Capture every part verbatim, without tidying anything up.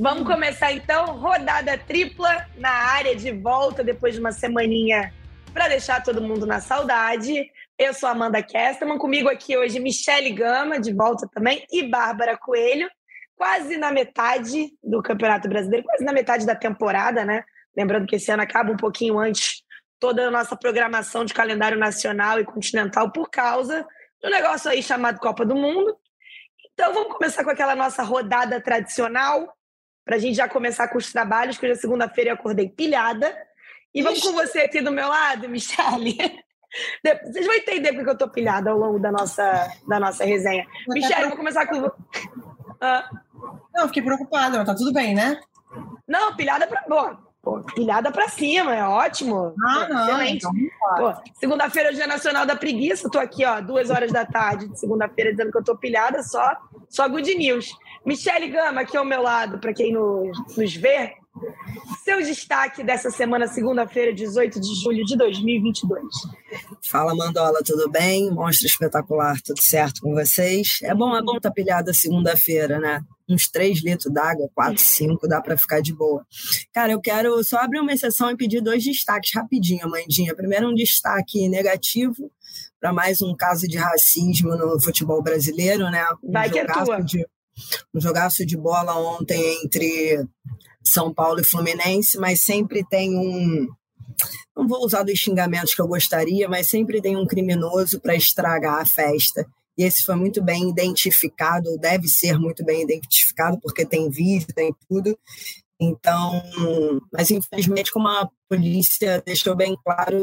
Vamos começar então, rodada tripla na área, de volta depois de uma semaninha para deixar todo mundo na saudade. Eu sou a Amanda Kesterman, comigo aqui hoje Michele Gama, de volta também, e Bárbara Coelho, quase na metade do Campeonato Brasileiro, quase na metade da temporada, né? Lembrando que esse ano acaba um pouquinho antes toda a nossa programação de calendário nacional e continental por causa do negócio aí chamado Copa do Mundo. Então vamos começar com aquela nossa rodada tradicional, para a gente já começar com os trabalhos, que hoje é segunda-feira eu acordei pilhada. E vamos Ixi. com você aqui do meu lado, Michele. Vocês vão entender porque eu estou pilhada ao longo da nossa, da nossa resenha. Eu Michele, eu vou começar com... Ah. Não, fiquei preocupada, mas tá tudo bem, né? Não, pilhada para... Boa. Pô, pilhada pra cima, é ótimo. Ah, Pô, não, excelente. então, Pô, segunda-feira é o Dia Nacional da Preguiça. Tô aqui, ó, duas horas da tarde de segunda-feira dizendo que eu tô pilhada, só, só good news. Michele Gama, aqui ao meu lado, para quem nos, nos vê. Seu destaque dessa semana, segunda-feira, dezoito de julho de dois mil e vinte e dois. Fala, Mandola, tudo bem? Monstro espetacular, tudo certo com vocês? É bom, é bom estar pilhada segunda-feira, né? Uns três litros d'água, quatro, cinco, dá para ficar de boa. Cara, eu quero só abrir uma exceção e pedir dois destaques rapidinho, Amandinha. Primeiro, um destaque negativo para mais um caso de racismo no futebol brasileiro, né? Um Vai que é tua. De, um jogaço de bola ontem entre São Paulo e Fluminense, mas sempre tem um... Não vou usar dos xingamentos que eu gostaria, mas sempre tem um criminoso para estragar a festa. E esse foi muito bem identificado, ou deve ser muito bem identificado, porque tem vídeo, tem tudo. Então, mas infelizmente, como a polícia deixou bem claro,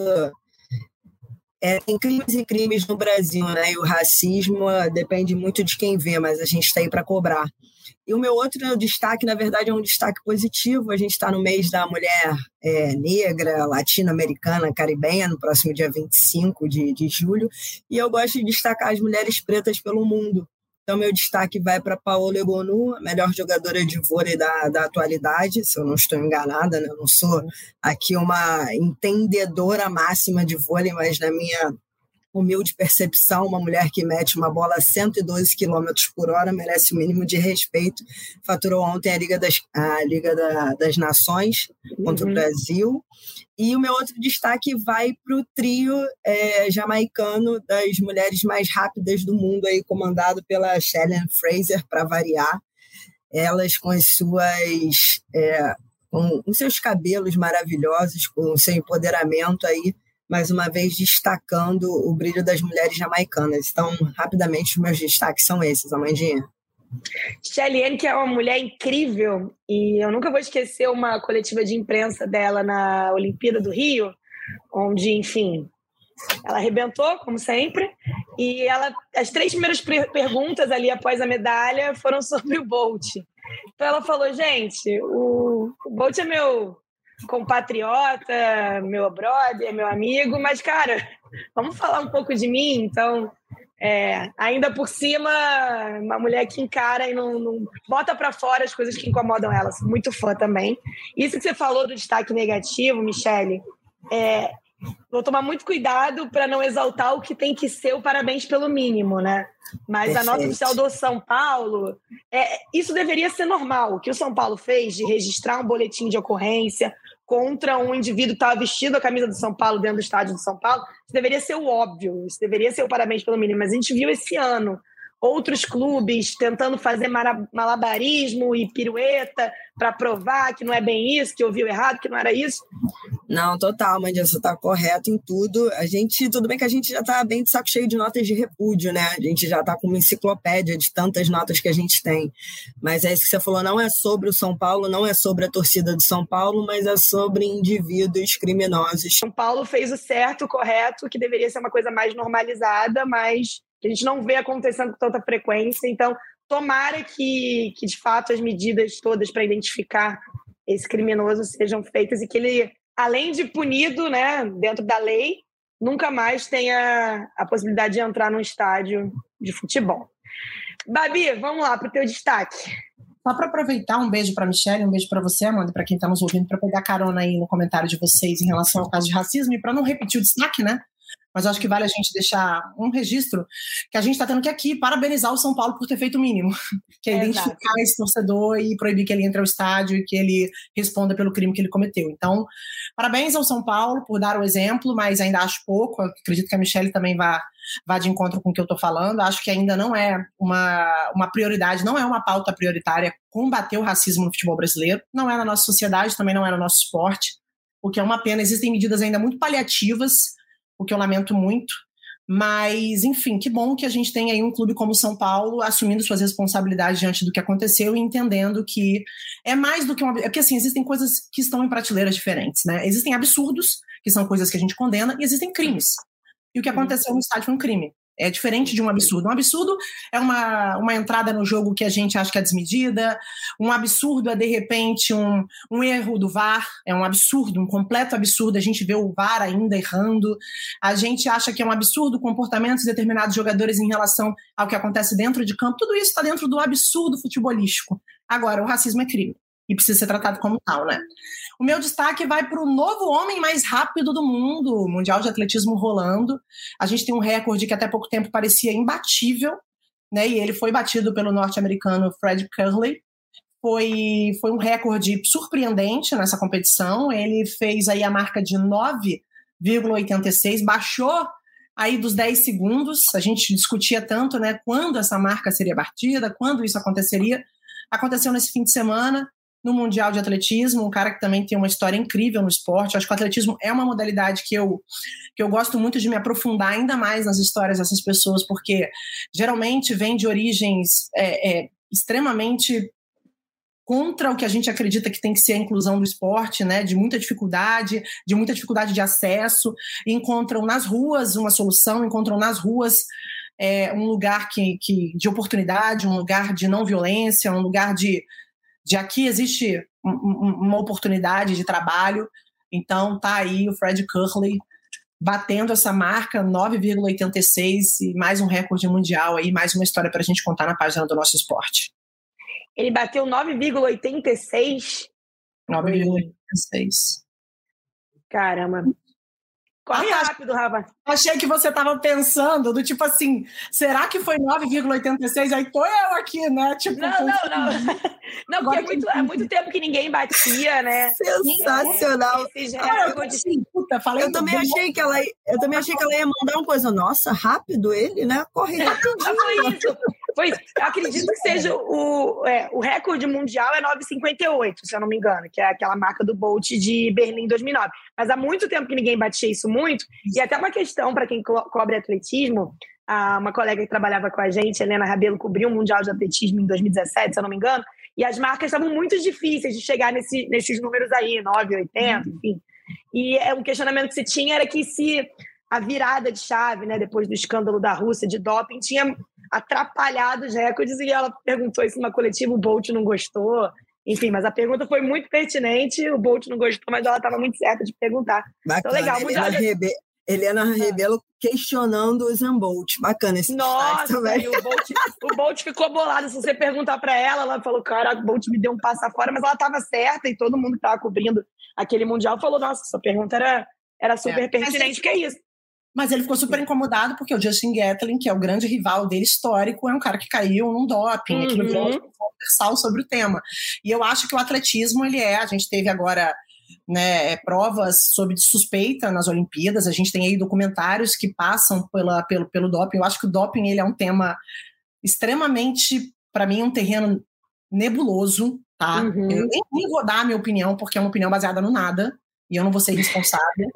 é, tem crimes e crimes no Brasil, né? E o racismo depende muito de quem vê, mas a gente está aí para cobrar. E o meu outro destaque, na verdade, é um destaque positivo. A gente está no mês da mulher é, negra, latino-americana, caribenha, no próximo dia vinte e cinco de, de julho. E eu gosto de destacar as mulheres pretas pelo mundo. Então, meu destaque vai para Paola Egonu, a melhor jogadora de vôlei da, da atualidade, se eu não estou enganada, né? Eu não sou aqui uma entendedora máxima de vôlei, mas na minha humilde percepção, uma mulher que mete uma bola a cento e doze quilômetros por hora merece o mínimo de respeito. Faturou ontem a Liga das, a Liga da, das Nações contra uhum. o Brasil. E o meu outro destaque vai para o trio é, jamaicano das mulheres mais rápidas do mundo, aí, comandado pela Shelly Fraser, para variar. Elas com as suas... É, com os seus cabelos maravilhosos, com o seu empoderamento aí, mais uma vez destacando o brilho das mulheres jamaicanas. Então, rapidamente, os meus destaques são esses, Amandinha. Shelly, que é uma mulher incrível, e eu nunca vou esquecer uma coletiva de imprensa dela na Olimpíada do Rio, onde, enfim, ela arrebentou, como sempre, e ela, as três primeiras perguntas ali após a medalha foram sobre o Bolt. Então ela falou, gente, o, o Bolt é meu compatriota, meu brother, meu amigo, mas, cara, vamos falar um pouco de mim? Então, é, ainda por cima, uma mulher que encara e não, não bota para fora as coisas que incomodam ela. Sou muito fã também. Isso que você falou do destaque negativo, Michele, é, vou tomar muito cuidado para não exaltar o que tem que ser o parabéns pelo mínimo, né? Mas Perfeito. A nota oficial do São Paulo, é, isso deveria ser normal. O que o São Paulo fez de registrar um boletim de ocorrência contra um indivíduo que estava vestindo a camisa do São Paulo dentro do estádio do São Paulo, isso deveria ser o óbvio, isso deveria ser o parabéns pelo mínimo. Mas a gente viu esse ano outros clubes tentando fazer malabarismo e pirueta para provar que não é bem isso, que ouviu errado, que não era isso. Não, total, Mandinha, você está correto em tudo. A gente, tudo bem que a gente já está bem de saco cheio de notas de repúdio, né? A gente já está com uma enciclopédia de tantas notas que a gente tem. Mas é isso que você falou, não é sobre o São Paulo, não é sobre a torcida de São Paulo, mas é sobre indivíduos criminosos. São Paulo fez o certo, o correto, que deveria ser uma coisa mais normalizada, mas que a gente não vê acontecendo com tanta frequência. Então, tomara que, que de fato, as medidas todas para identificar esse criminoso sejam feitas e que ele, além de punido, né, dentro da lei, nunca mais tenha a possibilidade de entrar num estádio de futebol. Babi, vamos lá para o teu destaque. Só para aproveitar, um beijo para a Michele, um beijo para você, Amanda, para quem está nos ouvindo, para pegar carona aí no comentário de vocês em relação ao caso de racismo e para não repetir o destaque, né? mas acho que vale a gente deixar um registro que a gente está tendo que aqui parabenizar o São Paulo por ter feito o mínimo, que é, é identificar exato. Esse torcedor e proibir que ele entre ao estádio e que ele responda pelo crime que ele cometeu. Então, parabéns ao São Paulo por dar o exemplo, mas ainda acho pouco, acredito que a Michelle também vá, vá de encontro com o que eu estou falando, acho que ainda não é uma, uma prioridade, não é uma pauta prioritária combater o racismo no futebol brasileiro, não é na nossa sociedade, também não é no nosso esporte, o que é uma pena. Existem medidas ainda muito paliativas, o que eu lamento muito, mas, enfim, que bom que a gente tem aí um clube como o São Paulo assumindo suas responsabilidades diante do que aconteceu e entendendo que é mais do que uma... Porque, assim, existem coisas que estão em prateleiras diferentes, né? Existem absurdos, que são coisas que a gente condena, e existem crimes. E o que aconteceu no estádio foi um crime. É diferente de um absurdo. Um absurdo é uma, uma entrada no jogo que a gente acha que é desmedida. Um absurdo é, de repente, um, um erro do V A R. É um absurdo, um completo absurdo. A gente vê o V A R ainda errando. A gente acha que é um absurdo comportamentos de determinados jogadores em relação ao que acontece dentro de campo. Tudo isso está dentro do absurdo futebolístico. Agora, o racismo é crime. E precisa ser tratado como tal, né? O meu destaque vai para o novo homem mais rápido do mundo, o Mundial de Atletismo rolando. A gente tem um recorde que até pouco tempo parecia imbatível, né? E ele foi batido pelo norte-americano Fred Kerley. Foi, foi um recorde surpreendente nessa competição. Ele fez aí a marca de nove vírgula oitenta e seis, baixou aí dos dez segundos. A gente discutia tanto, né? Quando essa marca seria batida, quando isso aconteceria. Aconteceu nesse fim de semana, no Mundial de Atletismo, um cara que também tem uma história incrível no esporte. Acho que o atletismo é uma modalidade que eu, que eu gosto muito de me aprofundar ainda mais nas histórias dessas pessoas, porque geralmente vem de origens é, é, extremamente contra o que a gente acredita que tem que ser a inclusão do esporte, né? De muita dificuldade, de muita dificuldade de acesso, e encontram nas ruas uma solução, encontram nas ruas é, um lugar que, que, de oportunidade, um lugar de não violência, um lugar de de aqui existe uma oportunidade de trabalho. Então tá aí o Fred Kerley batendo essa marca, nove vírgula oitenta e seis, e mais um recorde mundial aí, mais uma história para a gente contar na página do Nosso Esporte. Ele bateu nove vírgula oitenta e seis? nove vírgula oitenta e seis. Caramba. Corre ah, rápido, Rafa. Achei que você estava pensando do tipo assim, será que foi nove vírgula oitenta e seis? Aí tô eu aqui, né? Tipo, não, não, não. Não, porque é muito, é muito tempo que ninguém batia, né? Sensacional. É, ah, eu, de... assim, puta, falei eu também achei que ela eu também achei que ela ia mandar uma coisa. Nossa, rápido ele, né? Corre rapidinho. Foi isso. Foi isso. Eu acredito que seja o, é, o recorde mundial é nove vírgula cinquenta e oito, se eu não me engano, que é aquela marca do Bolt de Berlim dois mil e nove. Mas há muito tempo que ninguém batia isso muito. E até uma questão para quem co- cobre atletismo, a, uma colega que trabalhava com a gente, Helena Rabelo, cobriu o Mundial de Atletismo em dois mil e dezessete, se eu não me engano, e as marcas estavam muito difíceis de chegar nesse, nesses números aí, nove, oitenta, enfim. E é, um questionamento que se tinha era que se a virada de chave, né, depois do escândalo da Rússia de doping, tinha atrapalhado os recordes, e ela perguntou isso numa coletiva, o Bolt não gostou. Enfim, mas a pergunta foi muito pertinente, o Bolt não gostou, mas ela estava muito certa de perguntar. Bacana. Então, legal. Helena, muito... Rebe... Helena Rebelo questionando o Usain Bolt. Bacana esse Nossa, também. E o, Bolt, o Bolt ficou bolado. Se você perguntar para ela, ela falou, caraca, o Bolt me deu um passo fora, mas ela estava certa, e todo mundo que estava cobrindo aquele Mundial falou, nossa, essa pergunta era, era super é. pertinente, que é isso. Mas ele ficou super incomodado porque o Justin Gatlin, que é o grande rival dele histórico, é um cara que caiu num doping, uhum. aquilo virou universal sobre o tema. E eu acho que o atletismo, ele é, a gente teve agora, né, provas sobre suspeita nas Olimpíadas, a gente tem aí documentários que passam pela, pelo, pelo doping. Eu acho que o doping, ele é um tema extremamente, para mim, um terreno nebuloso, tá? Uhum. Eu nem, nem vou dar a minha opinião, porque é uma opinião baseada no nada, e eu não vou ser responsável.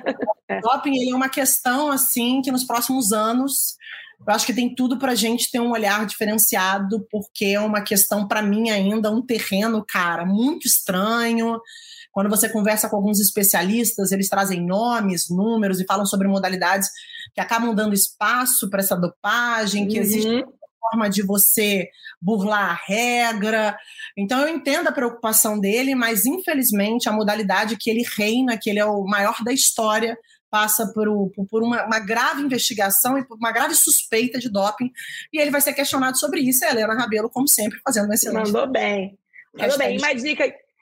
O doping, ele é uma questão, assim, que nos próximos anos, eu acho que tem tudo pra gente ter um olhar diferenciado, porque é uma questão, para mim, ainda um terreno, cara, muito estranho. Quando você conversa com alguns especialistas, eles trazem nomes, números e falam sobre modalidades que acabam dando espaço para essa dopagem, que uhum. existe uma forma de você burlar a regra. Então eu entendo a preocupação dele, mas infelizmente a modalidade que ele reina, que ele é o maior da história, passa por, por uma, uma grave investigação e por uma grave suspeita de doping, e ele vai ser questionado sobre isso. E a Helena Rabelo, como sempre, fazendo um excelente... Mandou bem. Mandou bem. E uma dica...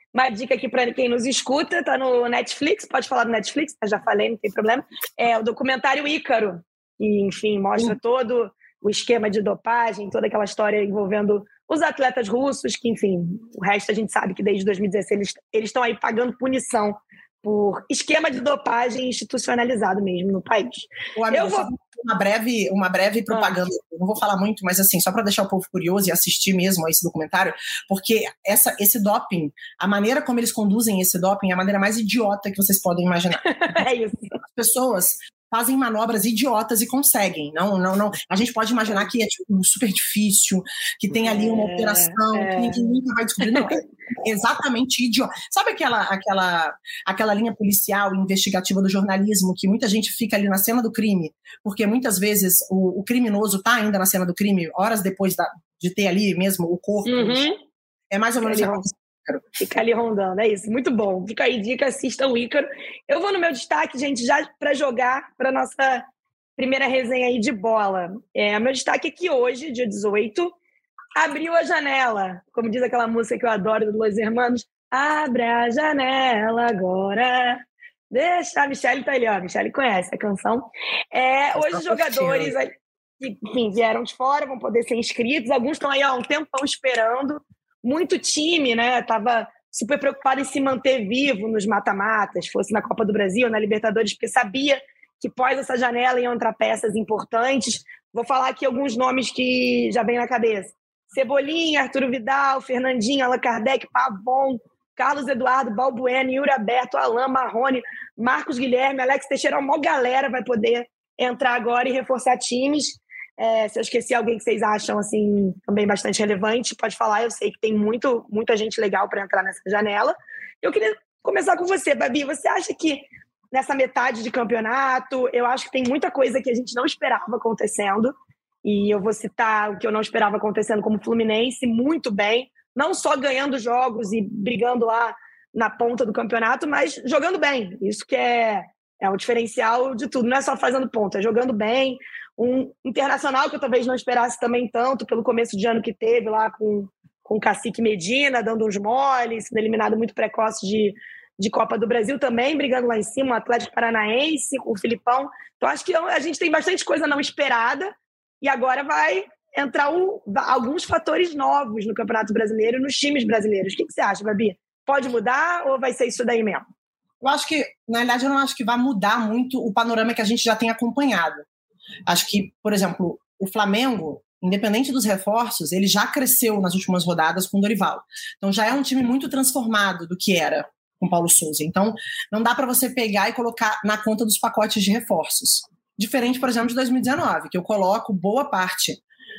Uma dica aqui para quem nos escuta, tá no Netflix, pode falar do Netflix, eu já falei, não tem problema. É o documentário Ícaro, que, enfim, mostra todo o esquema de dopagem, toda aquela história envolvendo os atletas russos, que, enfim, o resto a gente sabe que desde dois mil e dezesseis eles estão aí pagando punição por esquema de dopagem institucionalizado mesmo no país. Ô, amiga, eu vou... uma breve, uma breve propaganda, ah. não vou falar muito, mas assim, só para deixar o povo curioso e assistir mesmo a esse documentário, porque essa, esse doping, a maneira como eles conduzem esse doping é a maneira mais idiota que vocês podem imaginar. É isso. As pessoas fazem manobras idiotas e conseguem. Não, não, não. A gente pode imaginar que é tipo, super difícil, que tem ali uma é, operação, é. que ninguém nunca vai descobrir. Não, é exatamente idiota. Sabe aquela, aquela, aquela linha policial investigativa do jornalismo que muita gente fica ali na cena do crime, porque muitas vezes o, o criminoso está ainda na cena do crime, horas depois da, de ter ali mesmo o corpo. Uhum. É mais ou menos isso. Fica ali rondando, é isso, muito bom. Fica aí, dica, assista o Ícaro. Eu vou no meu destaque, gente, já para jogar para nossa primeira resenha aí de bola. É, meu destaque é que hoje, dia dezoito, abriu a janela. Como diz aquela música que eu adoro, do Los Hermanos. Abra a janela agora. Deixa, a Michelle tá ali, ó. A Michelle conhece a canção. É, hoje os jogadores que, enfim, vieram de fora, vão poder ser inscritos. Alguns estão aí há um tempão esperando. Muito time, né? Tava super preocupado em se manter vivo nos mata-matas, fosse na Copa do Brasil, na Libertadores, porque sabia que pós essa janela iam entrar peças importantes. Vou falar aqui alguns nomes que já vêm na cabeça. Cebolinha, Arturo Vidal, Fernandinho, Allan Kardec, Pavon, Carlos Eduardo, Balbuena, Yuri Alberto, Alain, Marrone, Marcos Guilherme, Alex Teixeira, uma galera vai poder entrar agora e reforçar times. É, se eu esqueci alguém que vocês acham assim, também bastante relevante, pode falar. Eu sei que tem muito, muita gente legal para entrar nessa janela. Eu queria começar com você, Babi. Você acha que nessa metade de campeonato, eu acho que tem muita coisa que a gente não esperava acontecendo, e eu vou citar o que eu não esperava acontecendo como Fluminense, muito bem, não só ganhando jogos e brigando lá na ponta do campeonato, mas jogando bem. Isso que é, é o diferencial de tudo, não é só fazendo ponto, é jogando bem. Um Internacional que eu talvez não esperasse também tanto, pelo começo de ano que teve lá com, com o Cacique Medina, dando uns moles, sendo eliminado muito precoce de, de Copa do Brasil também, brigando lá em cima, o Atlético Paranaense, o Filipão. Então acho que a gente tem bastante coisa não esperada e agora vai entrar um, alguns fatores novos no Campeonato Brasileiro e nos times brasileiros. O que, que você acha, Babi? Pode mudar ou vai ser isso daí mesmo? Eu acho que, na verdade, eu não acho que vai mudar muito o panorama que a gente já tem acompanhado. Acho que, por exemplo, o Flamengo, independente dos reforços, ele já cresceu nas últimas rodadas com o Dorival. Então já é um time muito transformado do que era com o Paulo Souza. Então não dá para você pegar e colocar na conta dos pacotes de reforços. Diferente, por exemplo, de dois mil e dezenove, que eu coloco boa parte,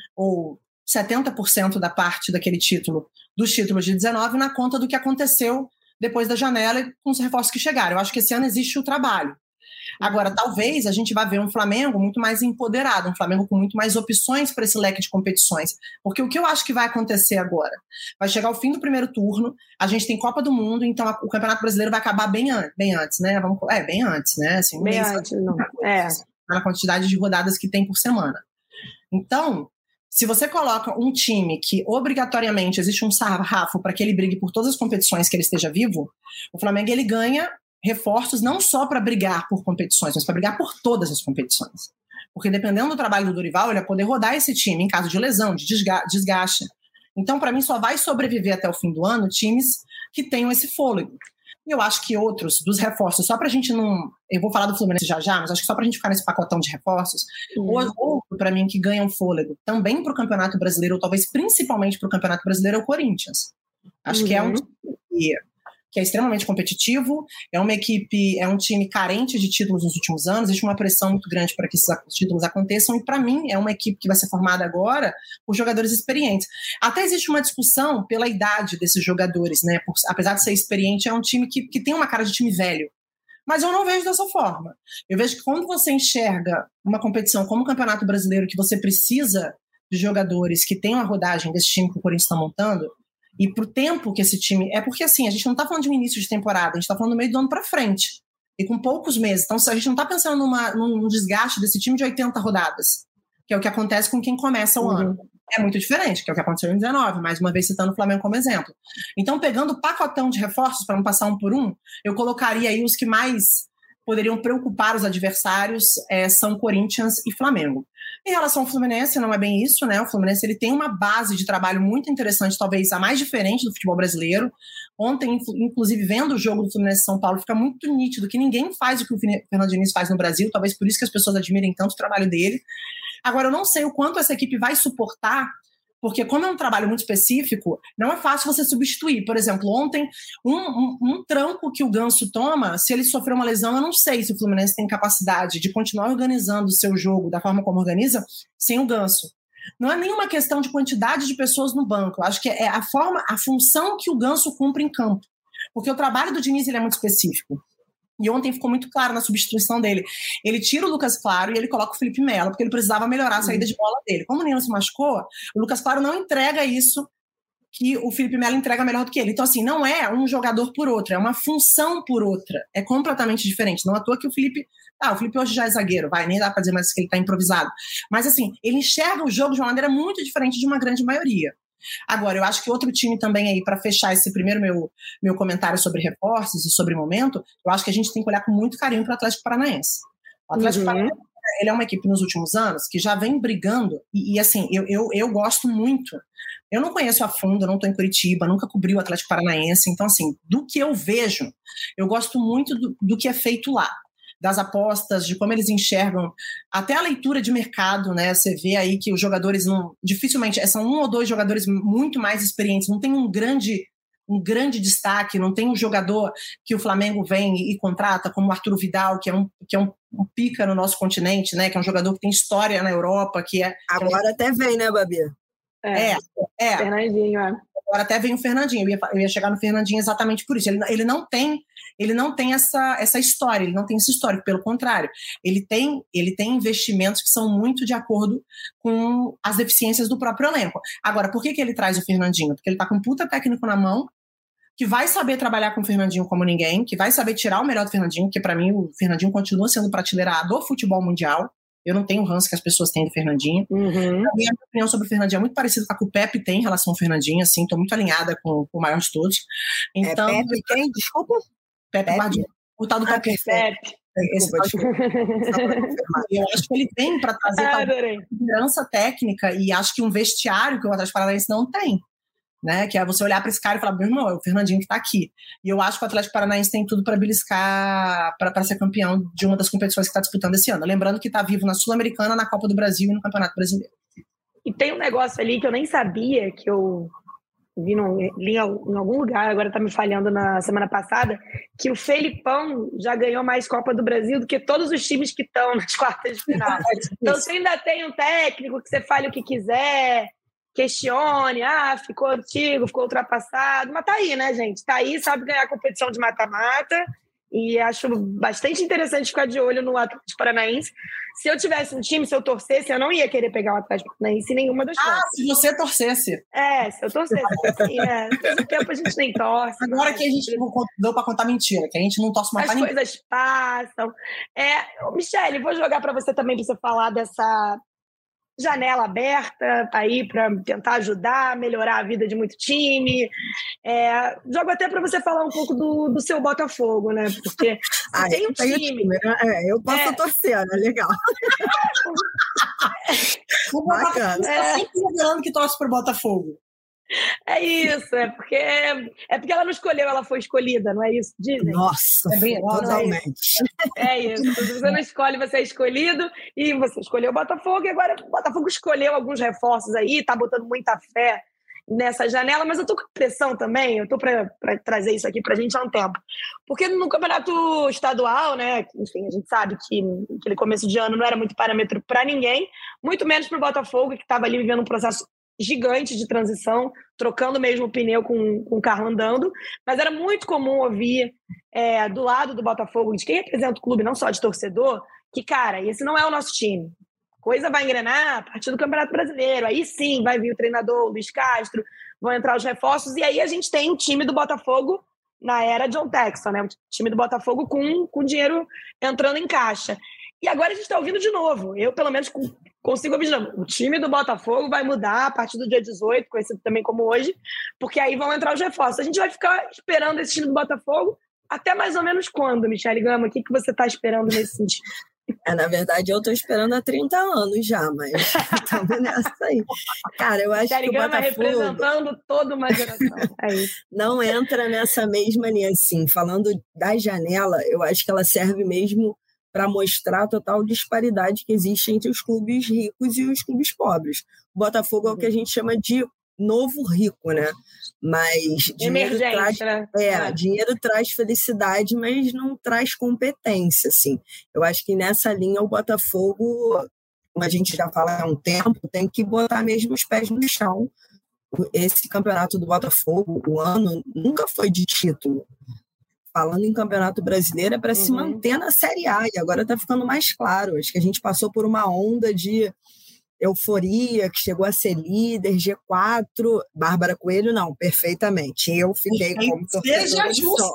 ou setenta por cento da parte daquele título, dos títulos de dezenove, na conta do que aconteceu depois da janela e com os reforços que chegaram. Eu acho que esse ano existe o trabalho. Agora, talvez a gente vá ver um Flamengo muito mais empoderado, um Flamengo com muito mais opções para esse leque de competições. Porque o que eu acho que vai acontecer agora? Vai chegar o fim do primeiro turno, a gente tem Copa do Mundo, então a, o Campeonato Brasileiro vai acabar bem, an- bem antes, né? Vamos, é, bem antes, né? Assim, um bem mês antes, não. É. Na quantidade de rodadas que tem por semana. Então, se você coloca um time que obrigatoriamente existe um sarrafo para que ele brigue por todas as competições que ele esteja vivo, o Flamengo ele ganha reforços não só para brigar por competições, mas para brigar por todas as competições. Porque dependendo do trabalho do Dorival, ele vai poder rodar esse time em caso de lesão, de desgaste. Então, para mim, só vai sobreviver até o fim do ano times que tenham esse fôlego. E eu acho que outros dos reforços, só para a gente não... Eu vou falar do Fluminense já já, mas acho que só para a gente ficar nesse pacotão de reforços, uhum. outro, para mim, que ganha um fôlego também para o Campeonato Brasileiro, ou talvez principalmente para o Campeonato Brasileiro, é o Corinthians. Acho uhum. que é um time que é extremamente competitivo, é uma equipe, é um time carente de títulos nos últimos anos, existe uma pressão muito grande para que esses títulos aconteçam, e para mim é uma equipe que vai ser formada agora por jogadores experientes. Até existe uma discussão pela idade desses jogadores, né? Por, apesar de ser experiente, é um time que, que tem uma cara de time velho. Mas eu não vejo dessa forma. Eu vejo que quando você enxerga uma competição como o Campeonato Brasileiro, que você precisa de jogadores que tenham a rodagem desse time que o Corinthians está montando, e pro tempo que esse time... É porque, assim, a gente não tá falando de um início de temporada, a gente tá falando do meio do ano pra frente. E com poucos meses. Então, a gente não tá pensando numa, num desgaste desse time de oitenta rodadas, que é o que acontece com quem começa o uhum. ano. é muito diferente, que é o que aconteceu em dezenove, mais uma vez citando o Flamengo como exemplo. Então, pegando o pacotão de reforços, para não passar um por um, eu colocaria aí os que mais poderiam preocupar os adversários, é, são Corinthians e Flamengo. Em relação ao Fluminense, não é bem isso, né? O Fluminense ele tem uma base de trabalho muito interessante, talvez a mais diferente do futebol brasileiro. Ontem, inclusive, vendo o jogo do Fluminense São Paulo, fica muito nítido que ninguém faz o que o Fernando Diniz faz no Brasil, talvez por isso que as pessoas admirem tanto o trabalho dele. Agora, eu não sei o quanto essa equipe vai suportar, porque como é um trabalho muito específico, não é fácil você substituir. Por exemplo, ontem, um, um, um tranco que o Ganso toma, se ele sofrer uma lesão, eu não sei se o Fluminense tem capacidade de continuar organizando o seu jogo da forma como organiza, sem o Ganso. Não é nenhuma questão de quantidade de pessoas no banco, eu acho que é a forma, a função que o Ganso cumpre em campo. Porque o trabalho do Diniz ele é muito específico. E ontem ficou muito claro na substituição dele. Ele tira o Lucas Claro e ele coloca o Felipe Melo, porque ele precisava melhorar a saída de bola dele. Como o Nino se machucou, o Lucas Claro não entrega isso que o Felipe Melo entrega melhor do que ele. Então, assim, não é um jogador por outro, é uma função por outra. É completamente diferente. Não é à toa que o Felipe... Ah, o Felipe hoje já é zagueiro, vai, nem dá pra dizer mais que ele tá improvisado. Mas, assim, ele enxerga o jogo de uma maneira muito diferente de uma grande maioria. Agora, eu acho que outro time também aí, para fechar esse primeiro meu, meu comentário sobre reforços e sobre momento, eu acho que a gente tem que olhar com muito carinho para o Atlético Paranaense. O Atlético uhum. Paranaense, ele é uma equipe nos últimos anos que já vem brigando, e, e assim, eu, eu, eu gosto muito. Eu não conheço a fundo, eu não estou em Curitiba, nunca cobri o Atlético Paranaense, então assim, do que eu vejo, eu gosto muito do, do que é feito lá. Das apostas, de como eles enxergam, até a leitura de mercado, né? Você vê aí que os jogadores não, dificilmente, são um ou dois jogadores muito mais experientes, não tem um grande, um grande destaque, não tem um jogador que o Flamengo vem e, e contrata, como o Arturo Vidal, que é, um, que é um, um pica no nosso continente, né? Que é um jogador que tem história na Europa, que é... Agora que é... até vem, né, Babi? É, é. é. Fernandinho, é. Agora até vem o Fernandinho, eu ia, eu ia chegar no Fernandinho exatamente por isso. Ele, ele não tem, ele não tem essa, essa história, ele não tem esse histórico, pelo contrário. Ele tem, ele tem investimentos que são muito de acordo com as deficiências do próprio elenco. Agora, por que, que ele traz o Fernandinho? Porque ele tá com um puta técnico na mão, que vai saber trabalhar com o Fernandinho como ninguém, que vai saber tirar o melhor do Fernandinho, porque para mim o Fernandinho continua sendo prateleira A do futebol mundial. Eu não tenho o ranço que as pessoas têm do Fernandinho. Uhum. A minha opinião sobre o Fernandinho é muito parecida com a que o Pepe tem em relação ao Fernandinho, assim, tô muito alinhada com, com o maior de todos. Então, é Pepe quem? Desculpa? Pepe, Pepe. Guardiola. O tal do ah, Pepe. Pepe. Esse desculpa, desculpa. Eu acho que ele vem para trazer ah, segurança técnica e acho que um vestiário que o Atlético Paranaense não tem. Né, que é você olhar para esse cara e falar, meu irmão, é o Fernandinho que está aqui. E eu acho que o Atlético Paranaense tem tudo para beliscar, para ser campeão de uma das competições que está disputando esse ano. Lembrando que está vivo na Sul-Americana, na Copa do Brasil e no Campeonato Brasileiro. E tem um negócio ali que eu nem sabia, que eu vi no, li em algum lugar, agora está me falhando na semana passada, que o Felipão já ganhou mais Copa do Brasil do que todos os times que estão nas quartas de final. Então você ainda tem um técnico que você fale o que quiser, questione, ah, ficou antigo, ficou ultrapassado, mas tá aí, né, gente? Tá aí, sabe ganhar competição de mata-mata, e acho bastante interessante ficar de olho no Atlético Paranaense. Se eu tivesse um time, se eu torcesse, eu não ia querer pegar o Atlético Paranaense em nenhuma das coisas. Ah, se você torcesse. É, se eu torcesse, assim, né? Todo tempo a gente nem torce. Agora mas... que a gente deu pra contar mentira, que a gente não torce mais pra ninguém. As coisas passam. É, Michele, vou jogar pra você também, pra você falar dessa... janela aberta aí para tentar ajudar, melhorar a vida de muito time. É, jogo até para você falar um pouco do, do seu Botafogo, né? Porque ah, tem um time. time né? é, eu posso é. torcer, né? Legal. O Botafogo é sempre revelando que torce pro Botafogo. É isso, é porque, é porque ela não escolheu, ela foi escolhida, não é isso? Dizem? Nossa, é bem, totalmente. É isso. É isso. Você não escolhe, você é escolhido, e você escolheu o Botafogo, e agora o Botafogo escolheu alguns reforços aí, tá botando muita fé nessa janela, mas eu tô com pressão também, eu tô para trazer isso aqui pra gente há um tempo. Porque no campeonato estadual, né, enfim, a gente sabe que aquele começo de ano não era muito parâmetro para ninguém, muito menos pro Botafogo, que estava ali vivendo um processo gigante de transição, trocando mesmo o pneu com, com o carro andando, mas era muito comum ouvir é, do lado do Botafogo, de quem representa o clube, não só de torcedor, que, cara, esse não é o nosso time. Coisa vai engrenar a partir do Campeonato Brasileiro, aí sim vai vir o treinador, o Luiz Castro, vão entrar os reforços, e aí a gente tem o time do Botafogo na era John Textor, né? O time do Botafogo com, com dinheiro entrando em caixa. E agora a gente está ouvindo de novo. Eu, pelo menos, consigo ouvir de novo. O time do Botafogo vai mudar a partir do dia dezoito, conhecido também como hoje, porque aí vão entrar os reforços. A gente vai ficar esperando esse time do Botafogo até mais ou menos quando, Michele Gama? O que, que você está esperando nesse sentido? É, na verdade, eu estou esperando há trinta anos já, mas estamos nessa aí. Cara, eu acho Michele que o Gama Botafogo... representando toda uma geração. É isso. Não entra nessa mesma linha, assim. Falando da janela, eu acho que ela serve mesmo para mostrar a total disparidade que existe entre os clubes ricos e os clubes pobres. O Botafogo é o que a gente chama de novo rico, né? Mas dinheiro traz, né? é, é. dinheiro traz felicidade, mas não traz competência, assim. Eu acho que nessa linha o Botafogo, como a gente já fala há um tempo, tem que botar mesmo os pés no chão. Esse campeonato do Botafogo, o ano, nunca foi de título. Falando em Campeonato Brasileiro, é para uhum. se manter na Série A, e agora está ficando mais claro. Acho que a gente passou por uma onda de euforia, que chegou a ser líder, G quatro, Bárbara Coelho, não, perfeitamente. Eu fiquei como torcedora de sol.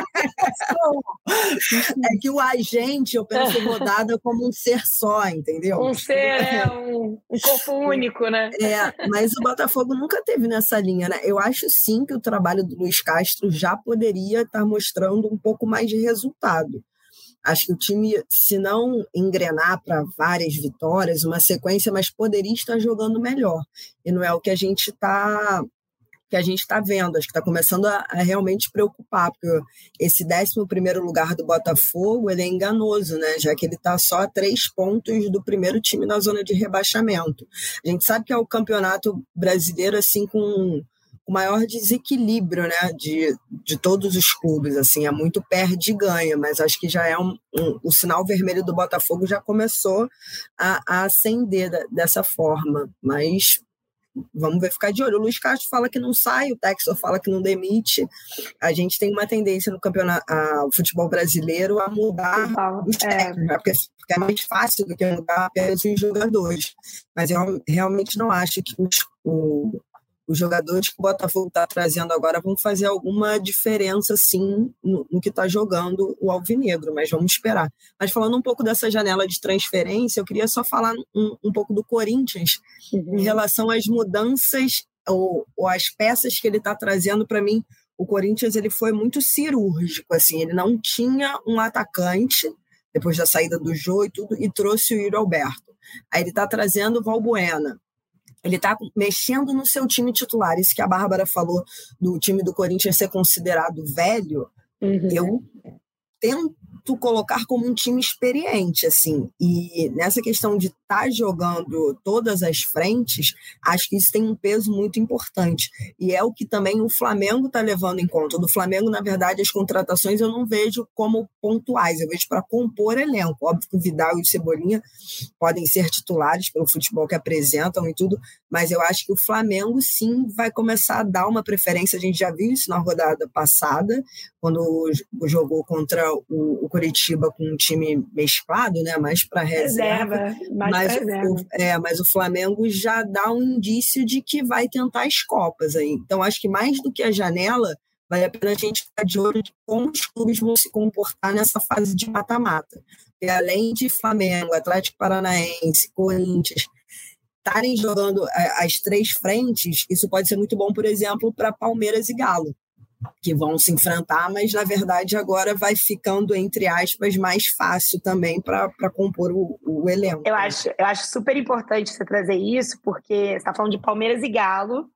É que o agente, eu penso rodada como um ser só, entendeu? Um ser, é, um, um corpo único, né? É, mas o Botafogo nunca teve nessa linha, né? Eu acho sim que o trabalho do Luiz Castro já poderia estar mostrando um pouco mais de resultado. Acho que o time, se não engrenar para várias vitórias, uma sequência, mas poderia estar jogando melhor. E não é o que a gente está que a gente está vendo. Acho que está começando a, a realmente preocupar, porque esse décimo primeiro lugar do Botafogo ele é enganoso, né? Já que ele está só a três pontos do primeiro time na zona de rebaixamento. A gente sabe que é o campeonato brasileiro assim com o maior desequilíbrio, né, de, de todos os clubes, assim, é muito perde e ganha, mas acho que já é um, um o sinal vermelho do Botafogo já começou a, a acender da, dessa forma, mas vamos ver, ficar de olho. O Luiz Castro fala que não sai, o Textor fala que não demite, a gente tem uma tendência no campeonato, a, o futebol brasileiro a mudar os técnicos, né, porque é mais fácil do que mudar apenas os jogadores, mas eu realmente não acho que os, o os jogadores que o Botafogo está trazendo agora vão fazer alguma diferença, sim, no, no que está jogando o Alvinegro, mas vamos esperar. Mas falando um pouco dessa janela de transferência, eu queria só falar um, um pouco do Corinthians uhum. em relação às mudanças ou, ou às peças que ele está trazendo. Para mim, o Corinthians ele foi muito cirúrgico, assim, ele não tinha um atacante, depois da saída do Jô e tudo, e trouxe o Yuri Alberto. Aí ele está trazendo o Valbuena. Ele está mexendo no seu time titular. Isso que a Bárbara falou do time do Corinthians ser considerado velho, uhum. eu tento colocar como um time experiente, assim. E nessa questão de estar tá jogando todas as frentes, acho que isso tem um peso muito importante. E é o que também o Flamengo está levando em conta. Do Flamengo, na verdade, as contratações eu não vejo como pontuais, eu vejo para compor elenco. Óbvio que o Vidal e o Cebolinha podem ser titulares pelo futebol que apresentam e tudo, mas eu acho que o Flamengo, sim, vai começar a dar uma preferência. A gente já viu isso na rodada passada, quando jogou contra o, o Coritiba com um time mesclado, né, mais para reserva. reserva mais mas, reserva. O, é, mas o Flamengo já dá um indício de que vai tentar as Copas aí. Então, acho que mais do que a janela, vale a pena a gente ficar de olho de como os clubes vão se comportar nessa fase de mata-mata. E além de Flamengo, Atlético Paranaense, Corinthians estarem jogando as três frentes, isso pode ser muito bom, por exemplo, para Palmeiras e Galo, que vão se enfrentar, mas na verdade agora vai ficando, entre aspas, mais fácil também para compor o, o elenco. Eu acho, eu acho super importante você trazer isso, porque você está falando de Palmeiras e Galo,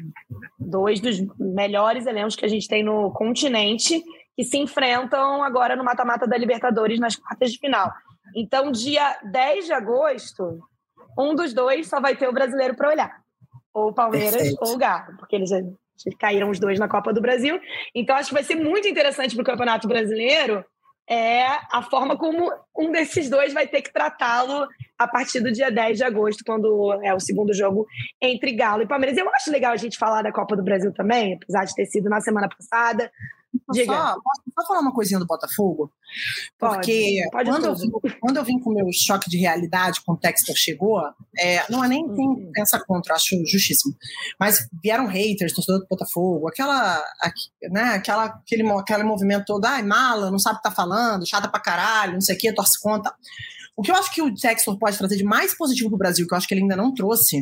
dois dos melhores elencos que a gente tem no continente, que se enfrentam agora no mata-mata da Libertadores nas quartas de final. Então, dia dez de agosto, um dos dois só vai ter o brasileiro para olhar, ou o Palmeiras Perfeito. Ou o Galo, porque eles já caíram os dois na Copa do Brasil. Então, acho que vai ser muito interessante para o Campeonato Brasileiro é a forma como um desses dois vai ter que tratá-lo a partir do dia dez de agosto, quando é o segundo jogo entre Galo e Palmeiras. Eu acho legal a gente falar da Copa do Brasil também, apesar de ter sido na semana passada. Diga. Só, posso só falar uma coisinha do Botafogo? Porque pode, pode quando, eu vim, quando eu vim com o meu choque de realidade, quando o Textor chegou, é, não é nem tem pensa contra, acho justíssimo, mas vieram haters, torcedor do Botafogo, aquela, né, aquela, aquele, aquele movimento todo, ai, mala, não sabe o que tá falando, chata pra caralho, não sei o que, torce contra. O que eu acho que o Textor pode trazer de mais positivo para o Brasil, que eu acho que ele ainda não trouxe,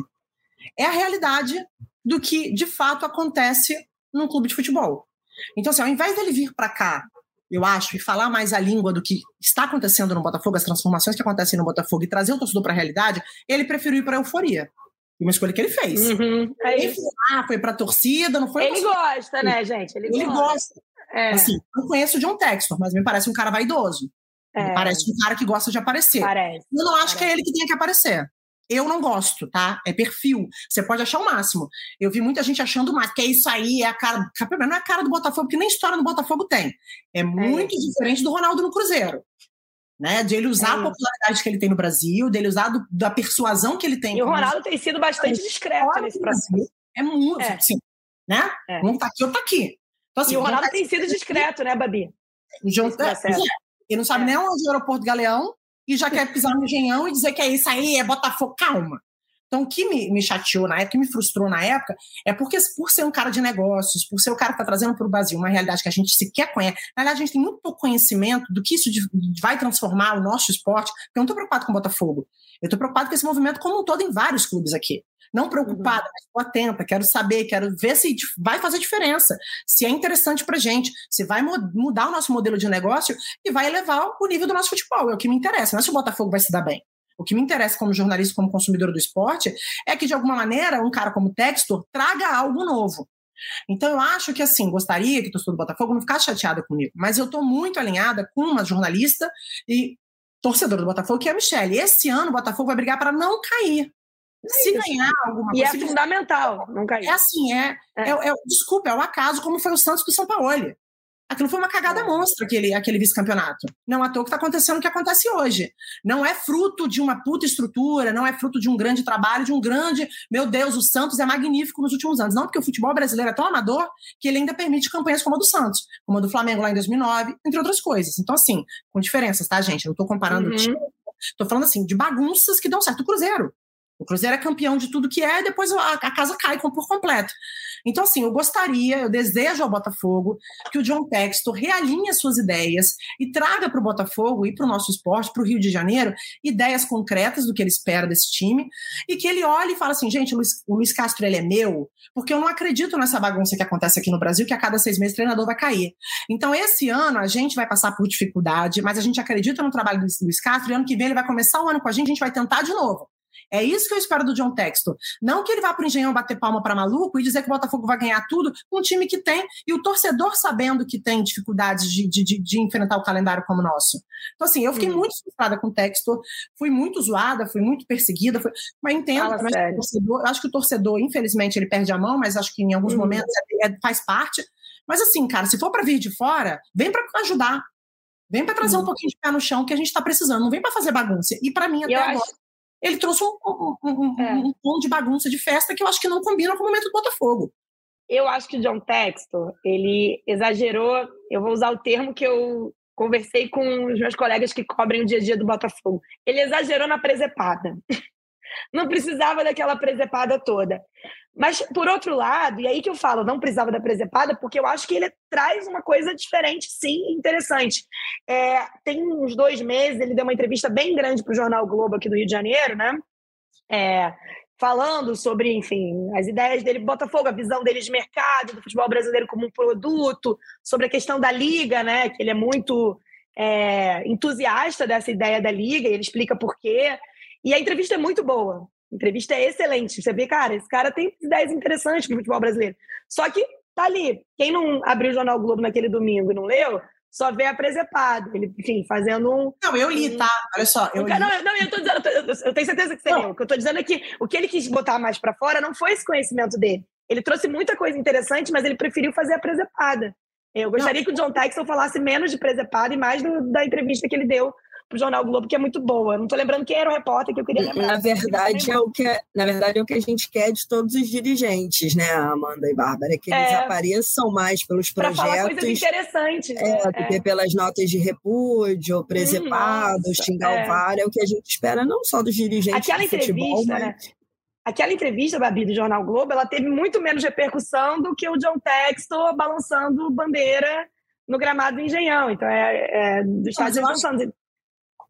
é a realidade do que, de fato, acontece num clube de futebol. Então, assim, ao invés dele vir para cá, eu acho, e falar mais a língua do que está acontecendo no Botafogo, as transformações que acontecem no Botafogo, e trazer o torcedor para a realidade, ele preferiu ir para a euforia. Uma escolha que ele fez. Uhum, é ele foi lá, foi para a torcida, não foi... Ele gosta, né, gente? Ele, ele gosta. gosta. É. Assim, não conheço o John Textor, mas me parece um cara vaidoso. É. Me parece um cara que gosta de aparecer. Parece. Eu não acho parece. que é ele que tenha que aparecer. Eu não gosto, tá? É perfil. Você pode achar o máximo. Eu vi muita gente achando mais, que é isso aí, é a cara... Não é a cara do Botafogo, porque nem história do Botafogo tem. É muito é diferente do Ronaldo no Cruzeiro. Né? De ele usar é a popularidade que ele tem no Brasil, dele usar do, da persuasão que ele tem. E o Ronaldo tem sido bastante discreto nesse processo. É muito, é. Sim. Né? É. Um tá aqui, outro tá aqui. Então, assim, e o Ronaldo tá tem sido discreto, né, Babi? O João, é, ele não sabe é. nem onde é o aeroporto Galeão e já quer pisar no Engenhão e dizer que é isso aí, é Botafogo. Calma. Então, o que me, me chateou na época, que me frustrou na época, é porque, por ser um cara de negócios, por ser o cara que está trazendo para o Brasil uma realidade que a gente sequer conhece, na verdade, a gente tem muito pouco conhecimento do que isso de, vai transformar o nosso esporte, porque eu não estou preocupado com o Botafogo. Eu estou preocupado com esse movimento como um todo em vários clubes aqui. Não preocupada, uhum. mas estou atenta, quero saber, quero ver se vai fazer diferença, se é interessante para a gente, se vai mudar o nosso modelo de negócio e vai elevar o nível do nosso futebol. É o que me interessa, não é se o Botafogo vai se dar bem. O que me interessa como jornalista, como consumidor do esporte, é que, de alguma maneira, um cara como o Textor traga algo novo. Então, eu acho que, assim, gostaria que o torcedor do Botafogo não ficasse chateado comigo, mas eu estou muito alinhada com uma jornalista e torcedora do Botafogo, que é a Michelle. Esse ano o Botafogo vai brigar para não cair. Se ganhar alguma coisa... E é fundamental não cair. É assim, é, é. é, é desculpa, é o acaso, como foi o Santos do São Paulo. Aquilo foi uma cagada monstra, aquele, aquele vice-campeonato. Não à toa que está acontecendo o que acontece hoje. Não é fruto de uma puta estrutura, não é fruto de um grande trabalho, de um grande... Meu Deus, o Santos é magnífico nos últimos anos. Não, porque o futebol brasileiro é tão amador que ele ainda permite campanhas como a do Santos, como a do Flamengo lá em dois mil e nove, entre outras coisas. Então, assim, com diferenças, tá, gente? Eu não estou comparando... Uhum. Estou falando, assim, de bagunças que dão certo. O Cruzeiro. O Cruzeiro é campeão de tudo que é e depois a, a casa cai por completo. Então, assim, eu gostaria, eu desejo ao Botafogo que o John Textor realinhe as suas ideias e traga para o Botafogo e para o nosso esporte, para o Rio de Janeiro, ideias concretas do que ele espera desse time e que ele olhe e fale assim, gente, o Luiz, o Luiz Castro, ele é meu, porque eu não acredito nessa bagunça que acontece aqui no Brasil, que a cada seis meses o treinador vai cair. Então, esse ano a gente vai passar por dificuldade, mas a gente acredita no trabalho do Luiz Castro e ano que vem ele vai começar o ano com a gente, a gente vai tentar de novo. É isso que eu espero do John Textor. Não que ele vá para o Engenhão bater palma para maluco e dizer que o Botafogo vai ganhar tudo com um time que tem, e o torcedor sabendo que tem dificuldades de, de, de enfrentar o calendário como o nosso. Então, assim, eu fiquei hum. muito frustrada com o Textor, fui muito zoada, fui muito perseguida, fui... mas entendo, mas o torcedor, acho que o torcedor, infelizmente, ele perde a mão, mas acho que em alguns hum. momentos é, é, faz parte. Mas, assim, cara, se for para vir de fora, vem para ajudar. Vem para trazer hum. um pouquinho de pé no chão que a gente está precisando, não vem para fazer bagunça. E para mim, até eu agora... Acho... Ele trouxe um, um, um, é. um tom de bagunça, de festa, que eu acho que não combina com o momento do Botafogo. Eu acho que o John Textor, ele exagerou, eu vou usar o termo que eu conversei com os meus colegas que cobrem o dia a dia do Botafogo. Ele exagerou na presepada. Não precisava daquela presepada toda. Mas, por outro lado, e aí que eu falo, não precisava da presepada, porque eu acho que ele traz uma coisa diferente, sim, interessante. É, tem uns dois meses, ele deu uma entrevista bem grande para o Jornal Globo aqui do Rio de Janeiro, né? É, falando sobre, enfim, as ideias dele, Botafogo, a visão dele de mercado, do futebol brasileiro como um produto, sobre a questão da Liga, né? Que ele é muito é, entusiasta dessa ideia da Liga, e ele explica por quê. E a entrevista é muito boa. A entrevista é excelente. Você vê, cara, esse cara tem ideias interessantes para o futebol brasileiro. Só que tá ali. Quem não abriu o Jornal Globo naquele domingo e não leu, só vê a presepada. Ele, enfim, fazendo um... Não, eu li, tá? Olha só. Eu, um, não, não, eu tô dizendo, eu, tô, eu tenho certeza que você não. leu. O que eu tô dizendo é que o que ele quis botar mais para fora não foi esse conhecimento dele. Ele trouxe muita coisa interessante, mas ele preferiu fazer a presepada. Eu gostaria não. que o John Textor falasse menos de presepada e mais do, da entrevista que ele deu pro Jornal Globo, que é muito boa. Não tô lembrando quem era o repórter que eu queria lembrar. Na verdade, é o que, é, na verdade, é o que a gente quer de todos os dirigentes, né, Amanda e Bárbara? Que eles é, apareçam mais pelos projetos. Para falar coisas interessantes. É, né? Porque é. pelas notas de repúdio, presepado, hum, xingar é. o V A R, é o que a gente espera não só dos dirigentes Aquela de futebol, mas... Né? Aquela entrevista, Babi, do Jornal Globo, ela teve muito menos repercussão do que o John Textor balançando bandeira no gramado do Engenhão. Então, é, é do estádio de Santos.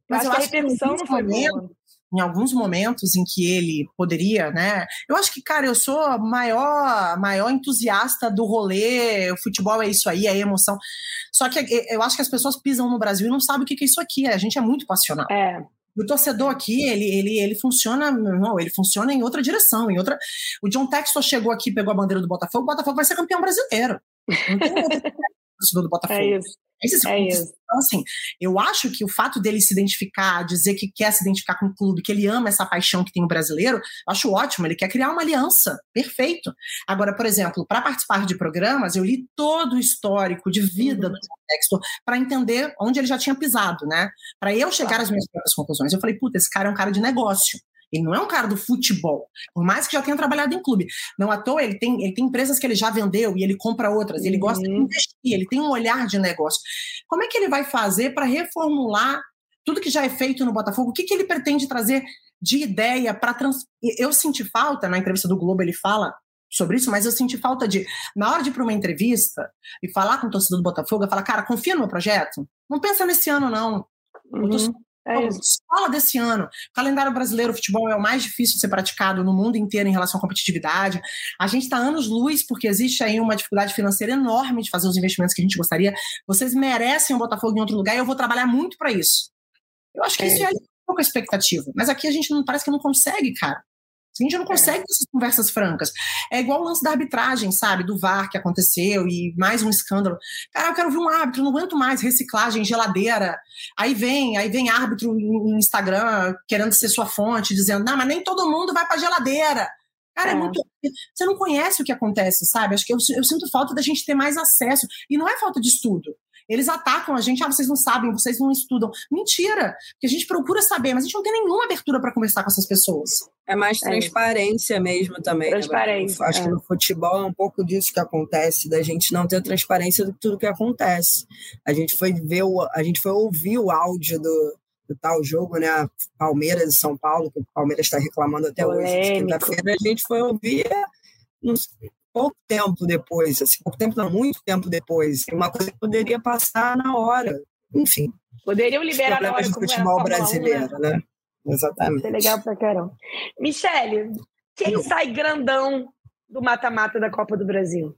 Mas eu acho, acho que a repercussão não foi boa. Em alguns momentos em que ele poderia, né? Eu acho que, cara, eu sou a maior, maior entusiasta do rolê, o futebol é isso aí, é emoção. Só que eu acho que as pessoas pisam no Brasil e não sabem o que é isso aqui. A gente é muito passional. É. O torcedor aqui, ele, ele, ele funciona, não, ele funciona em outra direção, em outra. O John Textor chegou aqui, pegou a bandeira do Botafogo, o Botafogo vai ser campeão brasileiro. Não tem outro torcedor do Botafogo. É isso. É isso. Então, assim, eu acho que o fato dele se identificar, dizer que quer se identificar com o clube, que ele ama essa paixão que tem o brasileiro, eu acho ótimo, ele quer criar uma aliança, perfeito. Agora, por exemplo, para participar de programas, eu li todo o histórico de vida uhum. do John Textor para entender onde ele já tinha pisado, né? Para eu chegar claro. às minhas próprias conclusões. Eu falei, puta, esse cara é um cara de negócio. Ele não é um cara do futebol, por mais que já tenha trabalhado em clube. Não à toa, ele tem, ele tem empresas que ele já vendeu e ele compra outras. Ele uhum. gosta de investir, ele tem um olhar de negócio. Como é que ele vai fazer para reformular tudo que já é feito no Botafogo? O que, que ele pretende trazer de ideia para... Trans... Eu senti falta, na entrevista do Globo ele fala sobre isso, mas eu senti falta de, na hora de ir para uma entrevista e falar com o torcedor do Botafogo, eu falar, cara, confia no meu projeto? Não pensa nesse ano, não. Uhum. Eu tô... É escola desse ano. O calendário brasileiro, o futebol é o mais difícil de ser praticado no mundo inteiro em relação à competitividade. A gente está anos-luz porque existe aí uma dificuldade financeira enorme de fazer os investimentos que a gente gostaria. Vocês merecem o Botafogo em outro lugar e eu vou trabalhar muito para isso. Eu acho que é. isso é pouca expectativa. Mas aqui a gente não parece que não consegue, cara. A gente não consegue é. essas conversas francas. É igual o lance da arbitragem, sabe? Do V A R que aconteceu e mais um escândalo. Cara, eu quero ver um árbitro, não aguento mais reciclagem, geladeira. Aí vem, aí vem árbitro no Instagram querendo ser sua fonte, dizendo, não, mas nem todo mundo vai pra geladeira. Cara, é, é muito... Você não conhece o que acontece, sabe? Acho que eu, eu sinto falta da gente ter mais acesso. E não é falta de estudo. Eles atacam a gente, ah, vocês não sabem, vocês não estudam. Mentira, porque a gente procura saber, mas a gente não tem nenhuma abertura para conversar com essas pessoas. É mais transparência é. mesmo também. Transparência. Né? Acho é. que no futebol é um pouco disso que acontece, da gente não ter transparência de tudo que acontece. A gente foi ver, o, a gente foi ouvir o áudio do, do tal jogo, né? Palmeiras e São Paulo, que o Palmeiras está reclamando até Polêmico. hoje. Quinta-feira a gente foi ouvir... Não sei, pouco tempo depois, assim, pouco tempo não, muito tempo depois, uma coisa que poderia passar na hora, enfim. Poderiam liberar na hora do futebol brasileiro, um, né? né? Exatamente. Isso é legal pra caramba. Michele, quem Eu. sai grandão do mata-mata da Copa do Brasil?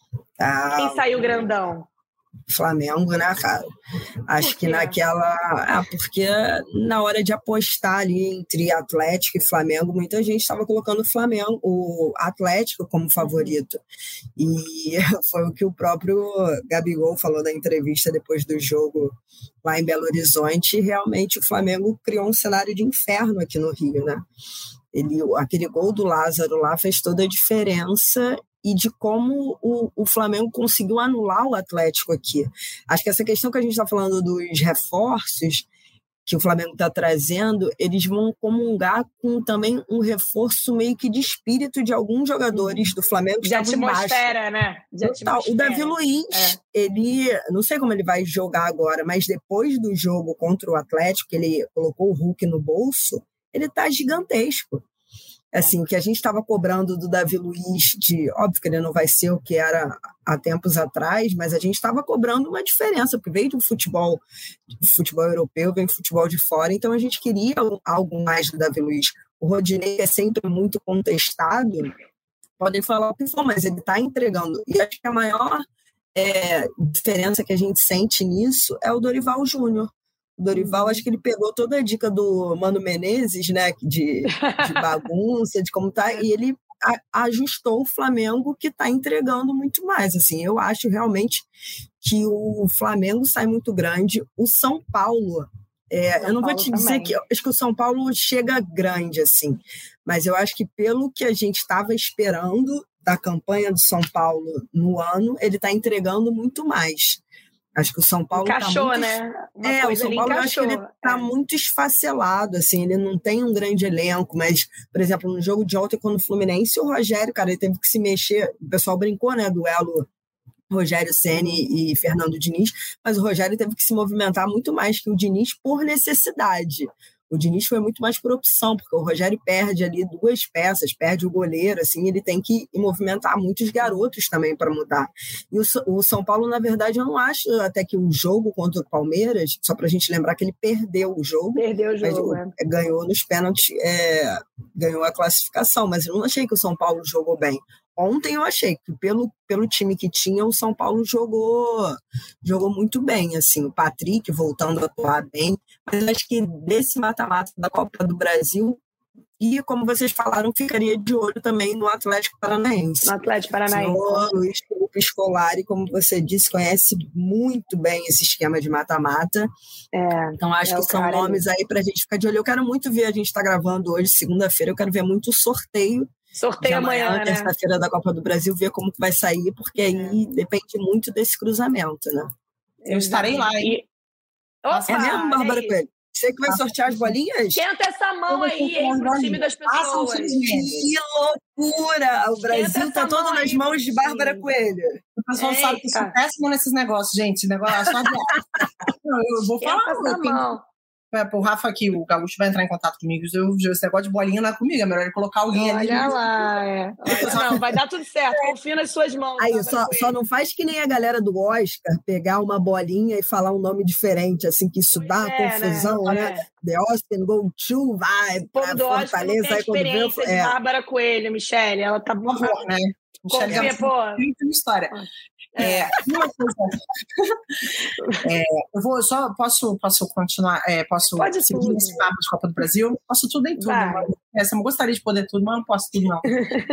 Ah, quem saiu grandão? Flamengo, né, cara? Acho que naquela... Ah, porque na hora de apostar ali entre Atlético e Flamengo, muita gente estava colocando o Flamengo, o Atlético como favorito. E foi o que o próprio Gabigol falou na entrevista depois do jogo lá em Belo Horizonte. E realmente o Flamengo criou um cenário de inferno aqui no Rio, né? Ele, aquele gol do Lázaro lá fez toda a diferença e de como o, o Flamengo conseguiu anular o Atlético aqui. Acho que essa questão que a gente está falando dos reforços que o Flamengo está trazendo, eles vão comungar com também um reforço meio que de espírito de alguns jogadores do Flamengo que de estavam embaixo. Atmosfera, né? De atmosfera. O Davi Luiz, é. ele, não sei como ele vai jogar agora, mas depois do jogo contra o Atlético, ele colocou o Hulk no bolso, ele está gigantesco. Assim, que a gente estava cobrando do Davi Luiz, de, óbvio que ele não vai ser o que era há tempos atrás, mas a gente estava cobrando uma diferença, porque veio do futebol, do futebol europeu, vem do futebol de fora, então a gente queria algo mais do Davi Luiz. O Rodinei é sempre muito contestado, podem falar o que for, mas ele está entregando. E acho que a maior é, diferença que a gente sente nisso é o Dorival Júnior. O Dorival, acho que ele pegou toda a dica do Mano Menezes, né, de, de bagunça, de como tá, e ele a, ajustou o Flamengo, que está entregando muito mais. Assim, eu acho realmente que o Flamengo sai muito grande. O São Paulo, é, São eu não Paulo vou te também. dizer que acho que o São Paulo chega grande, assim, mas eu acho que pelo que a gente estava esperando da campanha do São Paulo no ano, ele está entregando muito mais. Acho que o São Paulo encaixou, tá muito... né? Uma é, o São Paulo eu acho que ele está é. muito esfacelado, assim, ele não tem um grande elenco, mas, por exemplo, no jogo de ontem contra o Fluminense, o Rogério, cara, ele teve que se mexer, o pessoal brincou, né, duelo Rogério Ceni e Fernando Diniz, mas o Rogério teve que se movimentar muito mais que o Diniz por necessidade. O Diniz foi muito mais por opção, porque o Rogério perde ali duas peças, perde o goleiro, assim, ele tem que movimentar muitos garotos também para mudar. E o, o São Paulo, na verdade, eu não acho até que o jogo contra o Palmeiras, só para a gente lembrar que ele perdeu o jogo, perdeu o jogo, mas, é. ganhou nos pênaltis, é, ganhou a classificação, mas eu não achei que o São Paulo jogou bem. Ontem eu achei que pelo, pelo time que tinha, o São Paulo jogou, jogou muito bem, assim, o Patrick voltando a atuar bem, mas acho que desse mata-mata da Copa do Brasil, e como vocês falaram, ficaria de olho também no Atlético Paranaense. No Atlético Paranaense. O Luiz Felipe Scolari, como você disse, conhece muito bem esse esquema de mata-mata. É, então acho é que são nomes aí para a gente ficar de olho. Eu quero muito ver, a gente está gravando hoje, segunda-feira, eu quero ver muito o sorteio. Sorteio amanhã, amanhã, né? terça-feira da Copa do Brasil, ver como que vai sair, porque aí é. depende muito desse cruzamento, né? Eu estarei lá, hein? E... Opa, é mesmo, Bárbara Coelho? Você que vai sortear as bolinhas? Esquenta essa mão aí, hein, pro time das pessoas. Que loucura! O Brasil tá todo nas mãos de Bárbara Coelho. O pessoal Eita. sabe que eu sou péssimo nesses negócios, gente. Esse negócio é só de... Não, eu vou Esquenta falar. Essa eu tenho... mão. É, o Rafa aqui, o Gaúcho vai entrar em contato comigo. Eu, esse negócio de bolinha não é comigo, é melhor ele colocar alguém Olha ali. Olha lá, é. Olha, não, vai dar tudo certo, confia nas suas mãos. Aí, só, só não faz que nem a galera do Oscar pegar uma bolinha e falar um nome diferente, assim, que isso dá é, confusão, né? né? The Austin Go To, vai pra do Fortaleza. Oscar não tem experiência de é. Bárbara Coelho, Michele, ela tá boa, né? Confia, pô. Tem história. É, uma coisa. é, eu vou só posso posso continuar, é, posso Pode seguir tudo. esse papo de Copa do Brasil. Posso tudo em tudo. Mas, eu gostaria de poder tudo, mas não posso tudo não.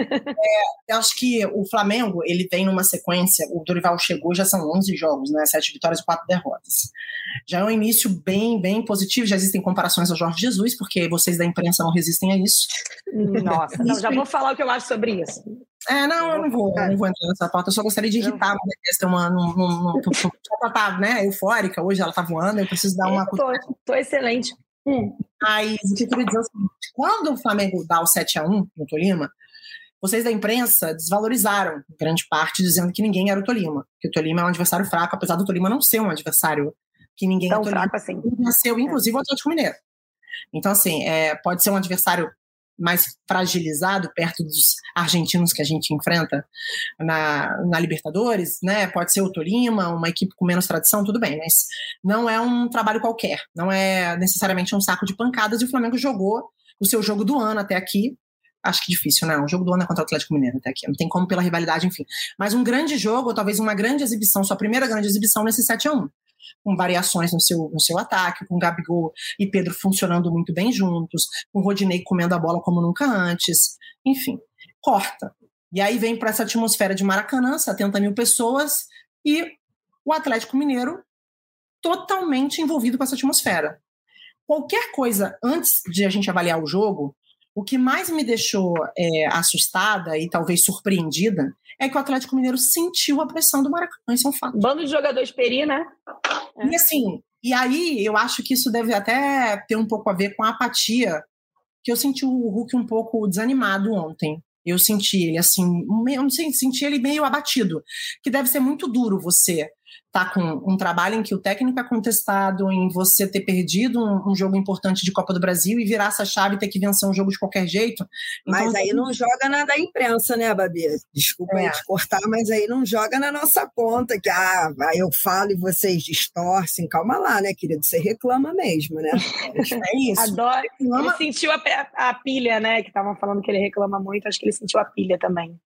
é, eu acho que o Flamengo ele vem numa sequência. O Dorival chegou, já são onze jogos, né? Sete vitórias e quatro derrotas. Já é um início bem bem positivo. Já existem comparações ao Jorge Jesus, porque vocês da imprensa não resistem a isso. Nossa, não, já vou falar o que eu acho sobre isso. É, não, eu não vou, eu não vou entrar nessa pauta, eu só gostaria de irritar a Modesta, uma, uma, uma, uma, ela tá, né, eufórica, hoje ela tá voando, eu preciso dar uma... Eu tô, tô excelente. Hum. Mas o que eu queria dizer é o seguinte, quando o Flamengo dá o sete a um no Tolima, vocês da imprensa desvalorizaram grande parte, dizendo que ninguém era o Tolima, que o Tolima é um adversário fraco, apesar do Tolima não ser um adversário que ninguém Tão é Tolima. fraco assim. Nasceu, inclusive, é. o Atlético Mineiro. Então, assim, é, pode ser um adversário mais fragilizado perto dos argentinos que a gente enfrenta na, na Libertadores, né? Pode ser o Tolima, uma equipe com menos tradição, tudo bem, mas não é um trabalho qualquer, não é necessariamente um saco de pancadas, e o Flamengo jogou o seu jogo do ano até aqui. Acho que difícil, não. O jogo do ano é contra o Atlético Mineiro até aqui. Não tem como pela rivalidade, enfim. Mas um grande jogo, ou talvez uma grande exibição, sua primeira grande exibição nesse sete a um. Com variações no seu, no seu ataque, com Gabigol e Pedro funcionando muito bem juntos, com Rodinei comendo a bola como nunca antes. Enfim, corta. E aí vem para essa atmosfera de Maracanã, setenta mil pessoas, e o Atlético Mineiro totalmente envolvido com essa atmosfera. Qualquer coisa antes de a gente avaliar o jogo, o que mais me deixou é, assustada e talvez surpreendida é que o Atlético Mineiro sentiu a pressão do Maracanã, isso é um fato. Bando de jogadores peri, né? É. E assim, e aí eu acho que isso deve até ter um pouco a ver com a apatia, que eu senti o Hulk um pouco desanimado ontem. Eu senti ele assim, eu não sei, senti ele meio abatido, que deve ser muito duro você tá com um trabalho em que o técnico é contestado, em você ter perdido um, um jogo importante de Copa do Brasil e virar essa chave e ter que vencer um jogo de qualquer jeito. Mas então, aí não joga na da imprensa, né, Babi? Desculpa é. aí te cortar, mas aí não joga na nossa conta, que ah, eu falo e vocês distorcem. Calma lá, né, querido? Você reclama mesmo, né? É isso. Adoro. Reclama. Ele sentiu a, a, a pilha, né, que estavam falando que ele reclama muito, acho que ele sentiu a pilha também.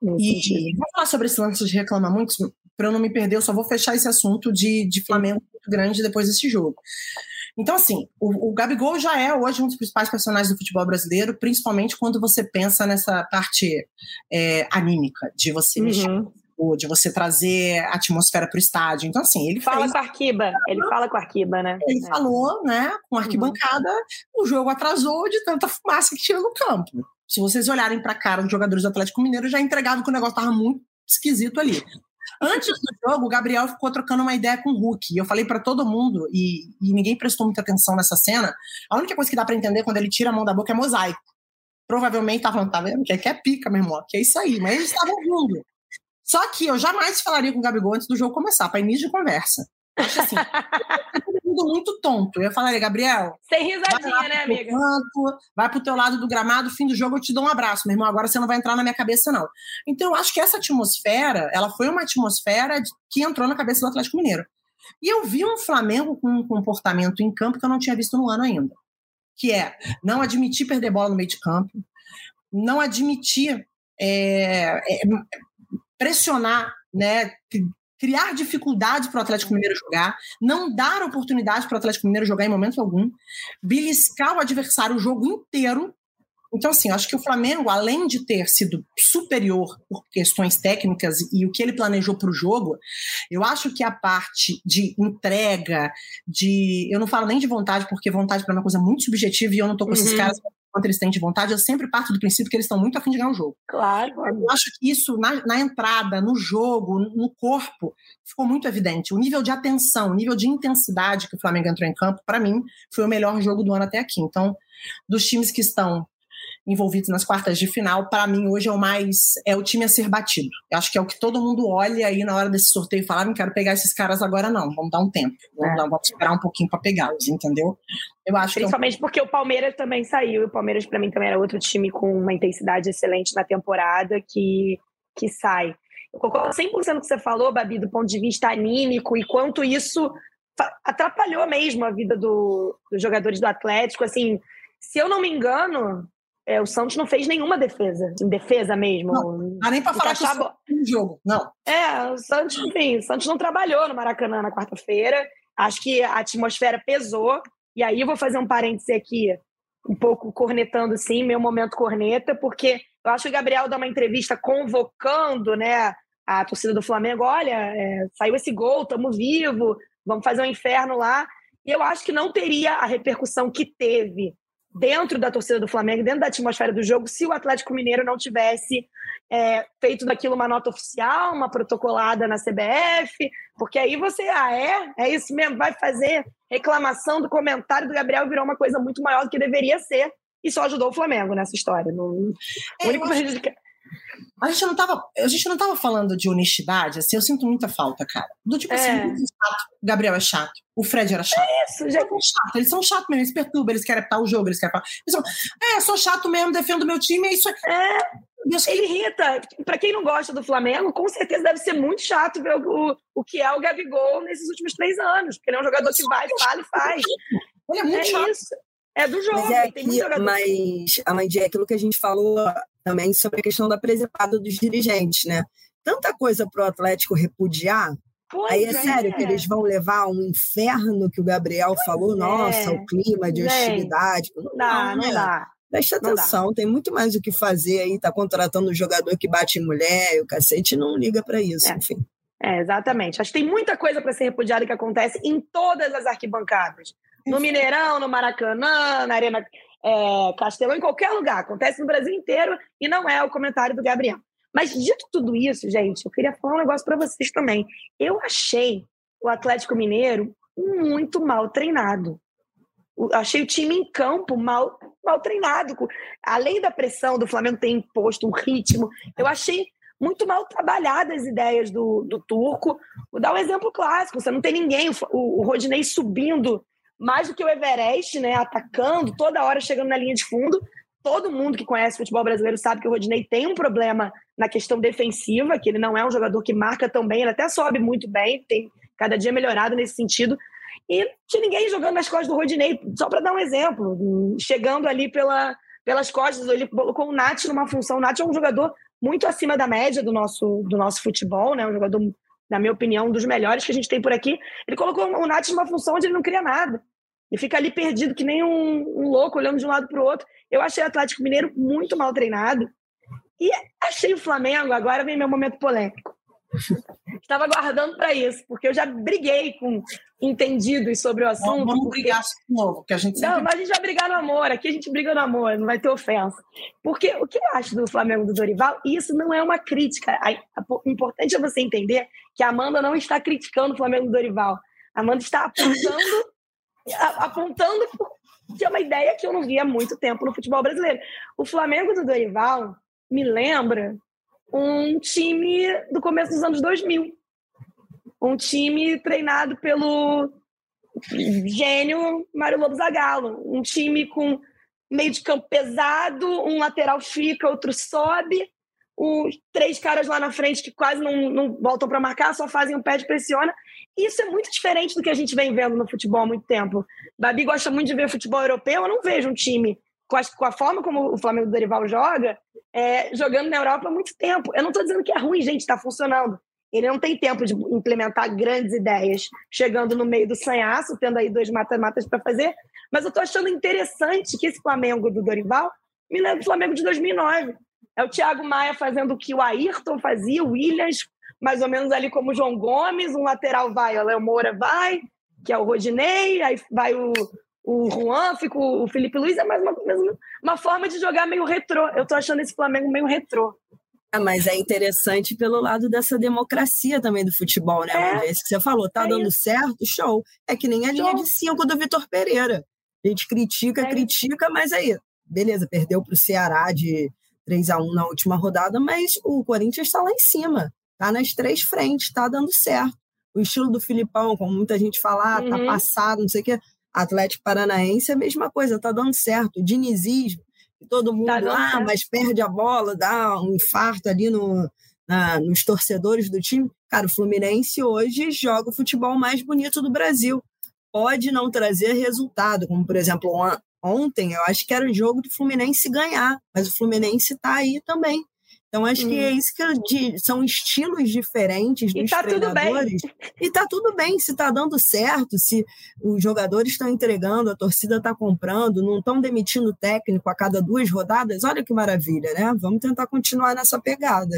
E vou falar sobre esse lance de reclamar muito, para eu não me perder, eu só vou fechar esse assunto de, de Flamengo muito grande depois desse jogo. Então, assim, o, o Gabigol já é hoje um dos principais personagens do futebol brasileiro, principalmente quando você pensa nessa parte é, anímica, de você uhum. mexer, de você trazer a atmosfera para o estádio. Então, assim, ele fala fez... com a Arquiba, ele fala com a Arquiba, né? Ele é. falou, né, com a arquibancada, uhum. o jogo atrasou de tanta fumaça que tira no campo. Se vocês olharem para a cara dos jogadores do Atlético Mineiro, já entregavam que o negócio estava muito esquisito ali. Antes do jogo, o Gabriel ficou trocando uma ideia com o Hulk. E eu falei para todo mundo, e, e ninguém prestou muita atenção nessa cena, a única coisa que dá para entender quando ele tira a mão da boca é mosaico. Provavelmente tá falando, tá vendo? Que é pica, meu irmão, que é isso aí. Mas eles estavam ouvindo. Só que eu jamais falaria com o Gabigol antes do jogo começar, para início de conversa. Acho assim, tudo muito tonto. Eu falaria, Gabriel... Sem risadinha, né, amiga? Canto, vai pro teu lado do gramado, fim do jogo eu te dou um abraço. Meu irmão, agora você não vai entrar na minha cabeça, não. Então, eu acho que essa atmosfera, ela foi uma atmosfera que entrou na cabeça do Atlético Mineiro. E eu vi um Flamengo com um comportamento em campo que eu não tinha visto no ano ainda. Que é não admitir perder bola no meio de campo, não admitir é, é, pressionar, né, criar dificuldades para o Atlético Mineiro jogar, não dar oportunidade para o Atlético Mineiro jogar em momento algum, beliscar o adversário o jogo inteiro. Então, assim, eu acho que o Flamengo, além de ter sido superior por questões técnicas e o que ele planejou para o jogo, eu acho que a parte de entrega, de... Eu não falo nem de vontade, porque vontade para mim é uma coisa muito subjetiva e eu não estou com uhum. esses caras quanto eles têm de vontade. Eu sempre parto do princípio que eles estão muito a fim de ganhar o jogo. Claro. Eu acho que isso, na, na entrada, no jogo, no corpo, ficou muito evidente. O nível de atenção, o nível de intensidade que o Flamengo entrou em campo, para mim, foi o melhor jogo do ano até aqui. Então, dos times que estão envolvidos nas quartas de final, para mim hoje é o mais é o time a ser batido. Eu acho que é o que todo mundo olha aí na hora desse sorteio e fala, não quero pegar esses caras agora não, vamos dar um tempo, vamos, é. dar, vamos esperar um pouquinho para pegá-los, entendeu? Eu acho Principalmente que é um... porque o Palmeiras também saiu, e o Palmeiras para mim também era outro time com uma intensidade excelente na temporada que, que sai. Eu concordo cem por cento com o que você falou, Babi, do ponto de vista anímico e quanto isso atrapalhou mesmo a vida do, dos jogadores do Atlético. Assim, se eu não me engano, É, o Santos não fez nenhuma defesa, em defesa mesmo. Não, não dá nem pra falar que o Santos no jogo, não. É, o Santos, enfim, o Santos não trabalhou no Maracanã na quarta-feira. Acho que a atmosfera pesou. E aí eu vou fazer um parêntese aqui, um pouco cornetando, sim, meu momento corneta, porque eu acho que o Gabriel dá uma entrevista convocando, né, a torcida do Flamengo. Olha, é, saiu esse gol, estamos vivos, vamos fazer um inferno lá. E eu acho que não teria a repercussão que teve dentro da torcida do Flamengo, dentro da atmosfera do jogo, se o Atlético Mineiro não tivesse é, feito daquilo uma nota oficial, uma protocolada na C B F, porque aí você, ah, é? É isso mesmo? Vai fazer reclamação do comentário do Gabriel, virou uma coisa muito maior do que deveria ser, e só ajudou o Flamengo nessa história. No... É, o único prejudica... A gente não tava, a gente não tava falando de honestidade, assim, eu sinto muita falta, cara. Do tipo assim, é. o Gabriel é chato, o Fred era chato. É isso, gente. Eles são chato, eles são chatos mesmo, eles perturbam, eles querem apitar o jogo, eles querem falar. Eles são, é, sou chato mesmo, defendo meu time, é isso aí. É, ele irrita. Pra quem não gosta do Flamengo, com certeza deve ser muito chato ver o, o que é o Gabigol nesses últimos três anos, porque ele é um jogador que vai, fala e faz. Ele é muito é chato. Isso. É do jogo. Mas, é tem que, jogador... mas Amandi, é aquilo que a gente falou também sobre a questão da presepada dos dirigentes, né? Tanta coisa para o Atlético repudiar, pois aí é, é sério que eles vão levar um inferno que o Gabriel pois falou, é. Nossa, o clima de hostilidade. Não, não dá, não, não dá. Presta atenção, não tem muito mais o que fazer aí, tá contratando um jogador que bate em mulher, e o cacete não liga para isso, é. enfim. É, exatamente. Acho que tem muita coisa para ser repudiada que acontece em todas as arquibancadas. No Mineirão, no Maracanã, na Arena é, Castelão, em qualquer lugar. Acontece no Brasil inteiro e não é o comentário do Gabriel. Mas, dito tudo isso, gente, eu queria falar um negócio para vocês também. Eu achei o Atlético Mineiro muito mal treinado. Eu achei o time em campo mal, mal treinado. Além da pressão do Flamengo ter imposto um ritmo, eu achei muito mal trabalhadas as ideias do, do Turco. Vou dar um exemplo clássico. Você não tem ninguém, o, o Rodinei subindo mais do que o Everest, né, atacando, toda hora chegando na linha de fundo. Todo mundo que conhece o futebol brasileiro sabe que o Rodinei tem um problema na questão defensiva, que ele não é um jogador que marca tão bem, ele até sobe muito bem, tem cada dia melhorado nesse sentido. E não tinha ninguém jogando nas costas do Rodinei, só para dar um exemplo, chegando ali pela, pelas costas, ele colocou o Nath numa função. O Nath é um jogador muito acima da média do nosso, do nosso futebol, né, um jogador, na minha opinião, um dos melhores que a gente tem por aqui. Ele colocou o Nath numa função onde ele não cria nada. E fica ali perdido, que nem um, um louco, olhando de um lado para o outro. Eu achei o Atlético Mineiro muito mal treinado. E achei o Flamengo, agora vem meu momento polêmico. Estava aguardando para isso, porque eu já briguei com entendidos sobre o assunto. Vamos porque... brigar de novo, que a gente sempre... Não, mas a gente vai brigar no amor. Aqui a gente briga no amor, não vai ter ofensa. Porque o que eu acho do Flamengo do Dorival, isso não é uma crítica. O importante é você entender que a Amanda não está criticando o Flamengo do Dorival. A Amanda está apontando... apontando que é uma ideia que eu não via há muito tempo no futebol brasileiro. O Flamengo do Dorival me lembra um time do começo dos anos dois mil. um time treinado pelo gênio Mário Lobo Zagallo. Um time com meio de campo pesado, um lateral fica, outro sobe, os três caras lá na frente que quase não, não voltam para marcar, só fazem um pé de pressiona. Isso é muito diferente do que a gente vem vendo no futebol há muito tempo. Babi gosta muito de ver futebol europeu, eu não vejo um time com a, com a forma como o Flamengo do Dorival joga, é, jogando na Europa há muito tempo. Eu não estou dizendo que é ruim, gente, está funcionando. Ele não tem tempo de implementar grandes ideias, chegando no meio do sanhaço, tendo aí dois mata-matas para fazer, mas eu estou achando interessante que esse Flamengo do Dorival me lembra do Flamengo de dois mil e nove. É o Thiago Maia fazendo o que o Ayrton fazia, o Williams, mais ou menos ali como o João Gomes, um lateral vai, o Léo Moura vai, que é o Rodinei, aí vai o, o Juan, fica o Felipe Luiz, é mais uma, uma forma de jogar meio retrô. Eu estou achando esse Flamengo meio retrô. Ah, mas é interessante pelo lado dessa democracia também do futebol, né? É, isso que você falou, tá é dando isso. certo, show. É que nem a show. linha de cinco do Vitor Pereira. A gente critica, é critica, isso. mas aí, beleza, perdeu pro Ceará de três a um na última rodada, mas o Corinthians está lá em cima, tá nas três frentes, tá dando certo. O estilo do Filipão, como muita gente fala, ah, tá uhum. passado, não sei o quê. Atlético Paranaense é a mesma coisa, tá dando certo. O dinizismo, todo mundo, tá ah, certo. mas perde a bola, dá um infarto ali no, na, nos torcedores do time. Cara, o Fluminense hoje joga o futebol mais bonito do Brasil. Pode não trazer resultado, como, por exemplo, ontem, eu acho que era o jogo do Fluminense ganhar, mas o Fluminense tá aí também. Então, acho hum. que é isso que eu, de, são estilos diferentes dos e tá treinadores. Tudo bem. E tá tudo bem, se tá dando certo, se os jogadores estão entregando, a torcida está comprando, não estão demitindo técnico a cada duas rodadas, olha que maravilha, né? Vamos tentar continuar nessa pegada.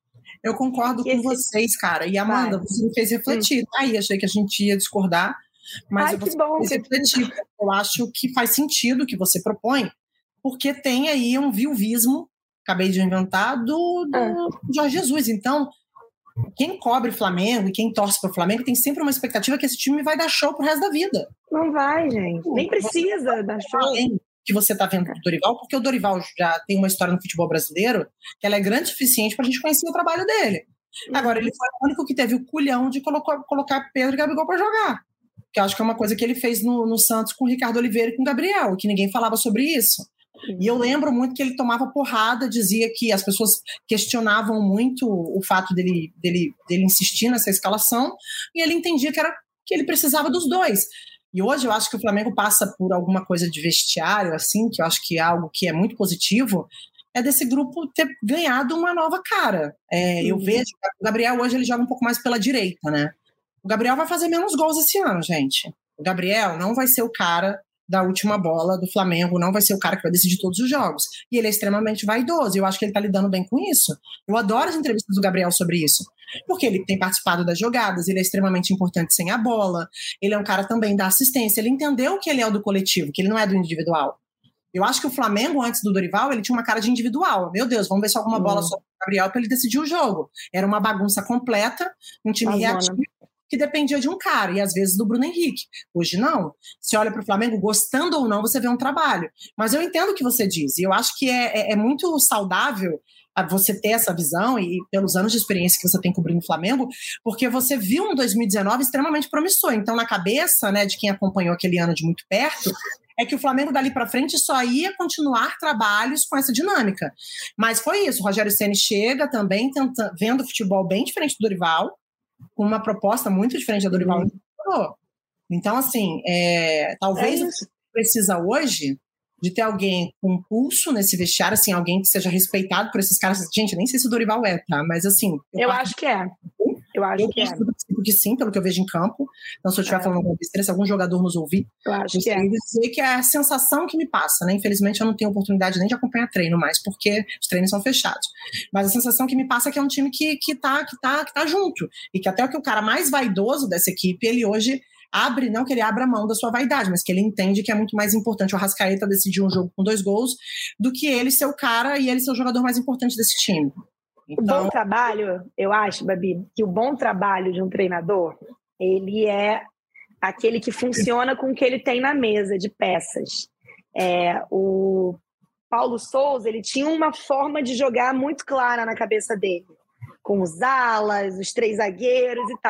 Eu concordo e com esse... vocês, cara. E Amanda, Vai. você me fez refletir. Hum. Aí, achei que a gente ia discordar, mas Ai, eu que bom. fez refletir. Eu acho que faz sentido o que você propõe, porque tem aí um viuvismo, acabei de inventar, do, do ah. Jorge Jesus. Então, quem cobre o Flamengo e quem torce para o Flamengo tem sempre uma expectativa que esse time vai dar show pro resto da vida. Não vai, gente. Nem precisa dar show. Além que você está vendo do Dorival, porque o Dorival já tem uma história no futebol brasileiro que ela é grande o suficiente para a gente conhecer o trabalho dele. Uhum. Agora, ele foi o único que teve o culhão de colocar, colocar Pedro e Gabigol para jogar. Que eu acho que é uma coisa que ele fez no, no Santos com o Ricardo Oliveira e com o Gabriel, que ninguém falava sobre isso. E eu lembro muito que ele tomava porrada, dizia que as pessoas questionavam muito o fato dele, dele, dele insistir nessa escalação, e ele entendia que, era, que ele precisava dos dois. E hoje eu acho que o Flamengo passa por alguma coisa de vestiário, assim, que eu acho que é algo que é muito positivo, é desse grupo ter ganhado uma nova cara. É, uhum. Eu vejo que o Gabriel hoje ele joga um pouco mais pela direita, né? O Gabriel vai fazer menos gols esse ano, gente. O Gabriel não vai ser o cara da última bola do Flamengo, não vai ser o cara que vai decidir todos os jogos. E ele é extremamente vaidoso, e eu acho que ele tá lidando bem com isso. Eu adoro as entrevistas do Gabriel sobre isso, porque ele tem participado das jogadas, ele é extremamente importante sem a bola, ele é um cara também da assistência, ele entendeu que ele é o do coletivo, que ele não é do individual. Eu acho que o Flamengo, antes do Dorival, ele tinha uma cara de individual. Meu Deus, vamos ver se alguma hum. bola sobre o Gabriel para ele decidir o jogo. Era uma bagunça completa, um time tá reativo, que dependia de um cara, e às vezes do Bruno Henrique. Hoje não. Você olha para o Flamengo, gostando ou não, você vê um trabalho. Mas eu entendo o que você diz, e eu acho que é, é, é muito saudável você ter essa visão, e pelos anos de experiência que você tem cobrindo o Flamengo, porque você viu um dois mil e dezenove extremamente promissor. Então, na cabeça, né, de quem acompanhou aquele ano de muito perto, é que o Flamengo dali para frente só ia continuar trabalhos com essa dinâmica. Mas foi isso, o Rogério Ceni chega também tenta, vendo o futebol bem diferente do Dorival, com uma proposta muito diferente da Dorival. Uhum. Então, assim, é, talvez é o que precisa hoje de ter alguém com pulso nesse vestiário, assim, alguém que seja respeitado por esses caras. Gente, nem sei se o Dorival é, tá? Mas, assim... Eu, eu acho que é. Eu acho eu que é. Que sim, pelo que eu vejo em campo. Então, se eu estiver é. falando alguma besteira, se algum jogador nos ouvir, eu acho que é. dizer que é a sensação que me passa, né? Infelizmente, eu não tenho oportunidade nem de acompanhar treino mais, porque os treinos são fechados. Mas a sensação que me passa é que é um time que, que, tá, que, tá, que tá junto. E que até o que o cara mais vaidoso dessa equipe, ele hoje abre, não que ele abra mão da sua vaidade, mas que ele entende que é muito mais importante o Arrascaeta decidir um jogo com dois gols do que ele ser o cara e ele ser o jogador mais importante desse time. Então... O bom trabalho, eu acho, Babi, que o bom trabalho de um treinador, ele é aquele que funciona com o que ele tem na mesa de peças. É, o Paulo Souza, ele tinha uma forma de jogar muito clara na cabeça dele, com os alas, os três zagueiros e tal.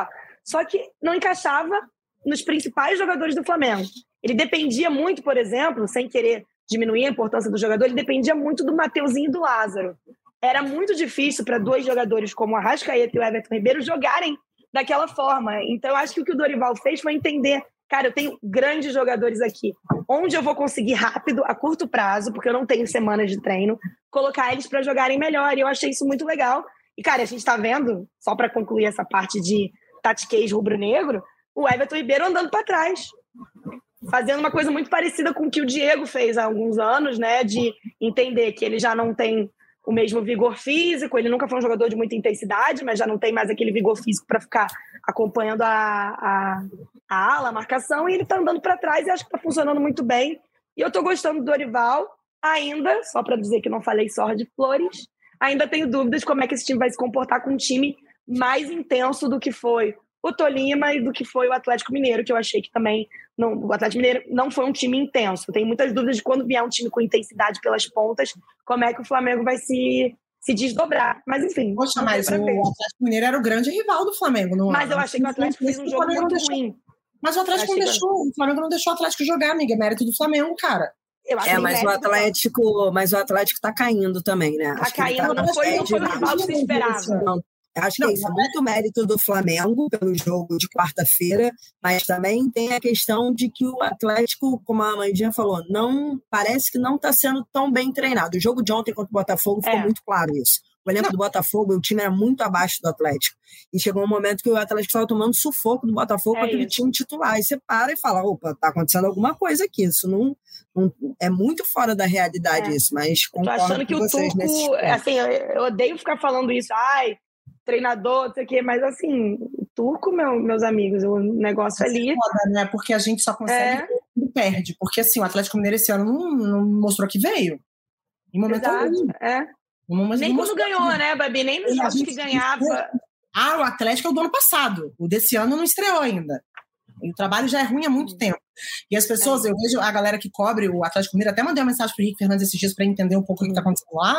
só que não encaixava nos principais jogadores do Flamengo. Ele dependia muito, por exemplo, sem querer diminuir a importância do jogador, ele dependia muito do Mateuzinho e do Lázaro. Era muito difícil para dois jogadores como o Arrascaeta e o Everton Ribeiro jogarem daquela forma. Então, eu acho que o que o Dorival fez foi entender, cara, eu tenho grandes jogadores aqui. Onde eu vou conseguir rápido, a curto prazo, porque eu não tenho semanas de treino, colocar eles para jogarem melhor. E eu achei isso muito legal. E, cara, a gente está vendo, só para concluir essa parte de tatiquez rubro-negro, o Everton Ribeiro andando para trás, fazendo uma coisa muito parecida com o que o Diego fez há alguns anos, né? De entender que ele já não tem o mesmo vigor físico, ele nunca foi um jogador de muita intensidade, mas já não tem mais aquele vigor físico para ficar acompanhando a, a, a ala, a marcação, e ele está andando para trás e acho que está funcionando muito bem. E eu estou gostando do Dorival ainda, só para dizer que não falei só de flores, ainda tenho dúvidas de como é que esse time vai se comportar com um time mais intenso do que foi o Tolima e do que foi o Atlético Mineiro, que eu achei que também não, o Atlético Mineiro não foi um time intenso. Tenho muitas dúvidas de quando vier um time com intensidade pelas pontas, como é que o Flamengo vai se, se desdobrar. Mas enfim. Poxa, mas o Atlético Mineiro era o grande rival do Flamengo, não? Mas eu achei que o Atlético fez um jogo muito ruim. Mas o Atlético não deixou, o Flamengo não deixou o Atlético jogar, amiga. É mérito do Flamengo, cara. Eu é, mas o Atlético, mas o Atlético tá caindo também, né? Tá caindo, não foi, não foi o rival que se esperava. Não. Acho que não, é isso, é muito mérito do Flamengo pelo jogo de quarta-feira, mas também tem a questão de que o Atlético, como a Amandinha falou, não, parece que não está sendo tão bem treinado. O jogo de ontem contra o Botafogo ficou é. muito claro isso. O elenco do Botafogo, o time era muito abaixo do Atlético. E chegou um momento que o Atlético estava tomando sufoco do Botafogo é com aquele isso. time titular. E você para e fala, opa, está acontecendo alguma coisa aqui. Isso não, não é muito fora da realidade é. isso, mas concordo Tô achando que com o vocês Turco, nesse ponto. Assim, eu, eu odeio ficar falando isso, ai, treinador, não sei o quê, mas assim, o Turco, meu, meus amigos, o negócio Mas ali... É foda, né? Porque a gente só consegue é. e perde. Porque assim, o Atlético Mineiro esse ano não, não mostrou que veio. Em momento algum. É. Mas nem quando ganhou, que... né, Babi? Nem nos jogos que ganhava. Ah, o Atlético é o do ano passado. O desse ano não estreou ainda. E o trabalho já é ruim há muito tempo. E as pessoas, é. eu vejo a galera que cobre o Atlético Mineiro, até mandei uma mensagem para o Henrique Fernandes esses dias para entender um pouco o que está acontecendo lá.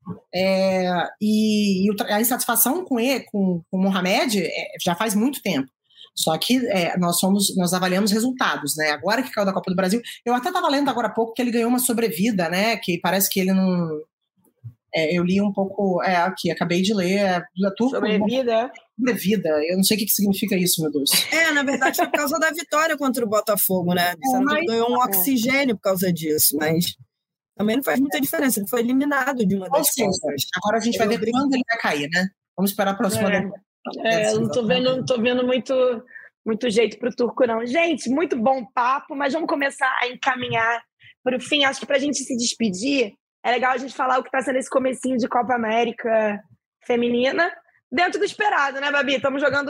É, e, e a insatisfação com ele, com, com o Mohamed, é, já faz muito tempo. Só que é, nós somos, nós avaliamos resultados, né? Agora que caiu da Copa do Brasil, eu até estava lendo agora há pouco que ele ganhou uma sobrevida, né? Que parece que ele não. É, eu li um pouco, é, aqui, acabei de ler. É, sobrevida? Sobrevida, eu não sei o que, que significa isso, meu Deus. É, na verdade, por causa da vitória contra o Botafogo, né? Você é, mas... ganhou um oxigênio por causa disso, mas também não faz muita diferença, ele foi eliminado de uma das contas. Agora a gente vai ver quando ele vai cair, né? Vamos esperar a próxima. É, é, eu não tô vendo, não tô vendo muito, muito jeito pro Turco, não. Gente, muito bom papo, mas vamos começar a encaminhar para o fim. Acho que pra gente se despedir, é legal a gente falar o que está sendo esse comecinho de Copa América feminina, dentro do esperado, né, Babi? Estamos jogando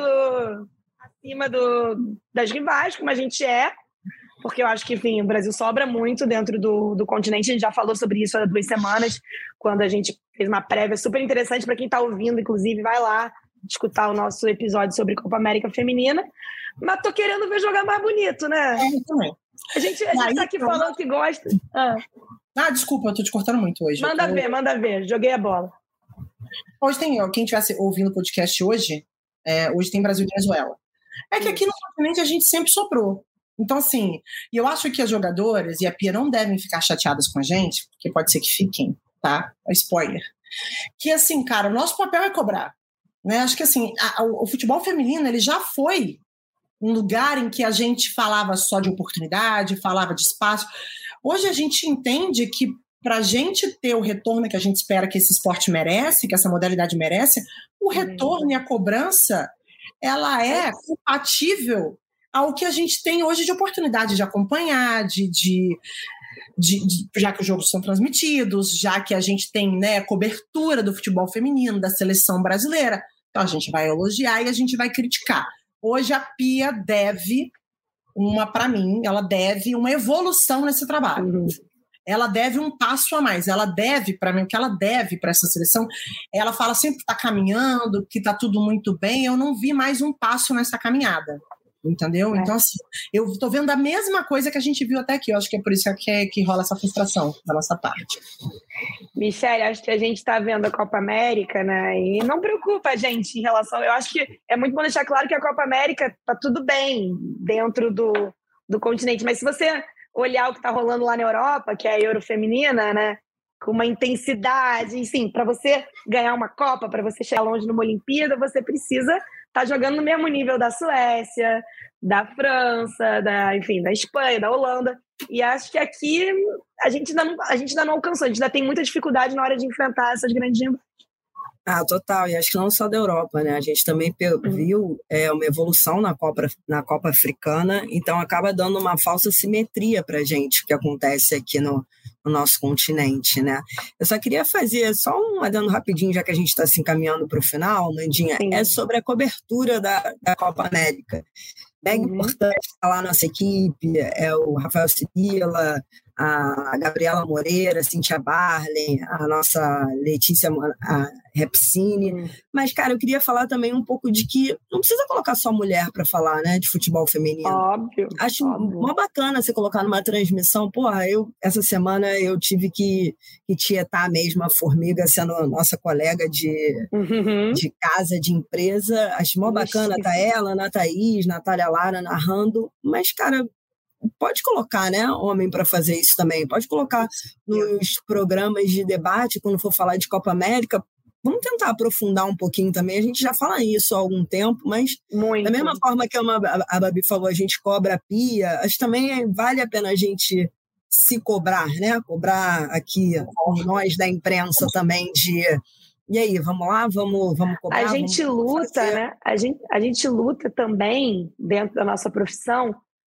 acima do, das rivais, como a gente é, porque eu acho que, enfim, o Brasil sobra muito dentro do, do continente. A gente já falou sobre isso há duas semanas, quando a gente fez uma prévia super interessante para quem está ouvindo, inclusive, vai lá escutar o nosso episódio sobre Copa América Feminina. Mas tô querendo ver jogar mais bonito, né? É, também. A gente, a gente tá aqui falando que gosta. Ah. Ah, desculpa, eu tô te cortando muito hoje. Manda tô... ver, manda ver. Joguei a bola. Hoje tem, quem estivesse ouvindo o podcast hoje, é, hoje tem Brasil e Venezuela. É que aqui no continente a gente sempre soprou. Então, assim, e eu acho que as jogadoras e a Pia não devem ficar chateadas com a gente, porque pode ser que fiquem, tá? É spoiler. Que, assim, cara, o nosso papel é cobrar. Né? Acho que, assim, a, a, o futebol feminino, ele já foi um lugar em que a gente falava só de oportunidade, falava de espaço. Hoje a gente entende que para a gente ter o retorno que a gente espera que esse esporte merece, que essa modalidade merece, o retorno e a cobrança, ela é compatível ao que a gente tem hoje de oportunidade de acompanhar, de, de, de, de, já que os jogos são transmitidos, já que a gente tem, né, cobertura do futebol feminino, da seleção brasileira. Então a gente vai elogiar e a gente vai criticar. Hoje a Pia deve, uma para mim, ela deve uma evolução nesse trabalho. Uhum. Ela deve um passo a mais. Ela deve, para mim, o que ela deve para essa seleção, ela fala sempre que está caminhando, que está tudo muito bem. Eu não vi mais um passo nessa caminhada. Entendeu? É. Então, assim, eu estou vendo a mesma coisa que a gente viu até aqui. Eu acho que é por isso que, é, que rola essa frustração da nossa parte. Michele, acho que a gente está vendo a Copa América, né? E não preocupa a gente em relação... Eu acho que é muito bom deixar claro que a Copa América tá tudo bem dentro do, do continente. Mas se você olhar o que está rolando lá na Europa, que é a Euro feminina, né? Com uma intensidade, enfim, para você ganhar uma Copa, para você chegar longe numa Olimpíada, você precisa estar tá jogando no mesmo nível da Suécia, da França, da, enfim, da Espanha, da Holanda. E acho que aqui a gente, ainda não, a gente ainda não alcançou, a gente ainda tem muita dificuldade na hora de enfrentar essas grandes rivais. Ah, total, e acho que não só da Europa, né? A gente também viu é, uma evolução na Copa, na Copa Africana, então acaba dando uma falsa simetria para a gente, o que acontece aqui no, no nosso continente, né? Eu só queria fazer só um adendo rapidinho, já que a gente está se encaminhando para o final, Mandinha, Sim. é sobre a cobertura da, da Copa América. Mega uhum. importante estar lá nossa equipe, é o Rafael Cirila, a Gabriela Moreira, a Cíntia Barley, a nossa Letícia a Repsini. Uhum. Mas, cara, eu queria falar também um pouco de que não precisa colocar só mulher para falar, né, de futebol feminino. Óbvio. Acho óbvio. mó bacana você colocar numa transmissão. Porra, eu, essa semana eu tive que, que tietar mesmo a Formiga, sendo a nossa colega de, uhum. de casa, de empresa. Acho mó bacana Ixi. Tá ela, Ana Thaís, Natália Lara narrando. Mas, cara, pode colocar, né, homem para fazer isso também. Pode colocar nos programas de debate, quando for falar de Copa América. Vamos tentar aprofundar um pouquinho também. A gente já fala isso há algum tempo, mas Muito. Da mesma forma que uma, a Babi falou, a gente cobra a pia, acho que também vale a pena a gente se cobrar, né? Cobrar aqui nós da imprensa também de... E aí, vamos lá? Vamos, vamos cobrar? A gente luta, fazer. né? A gente, a gente luta também dentro da nossa profissão.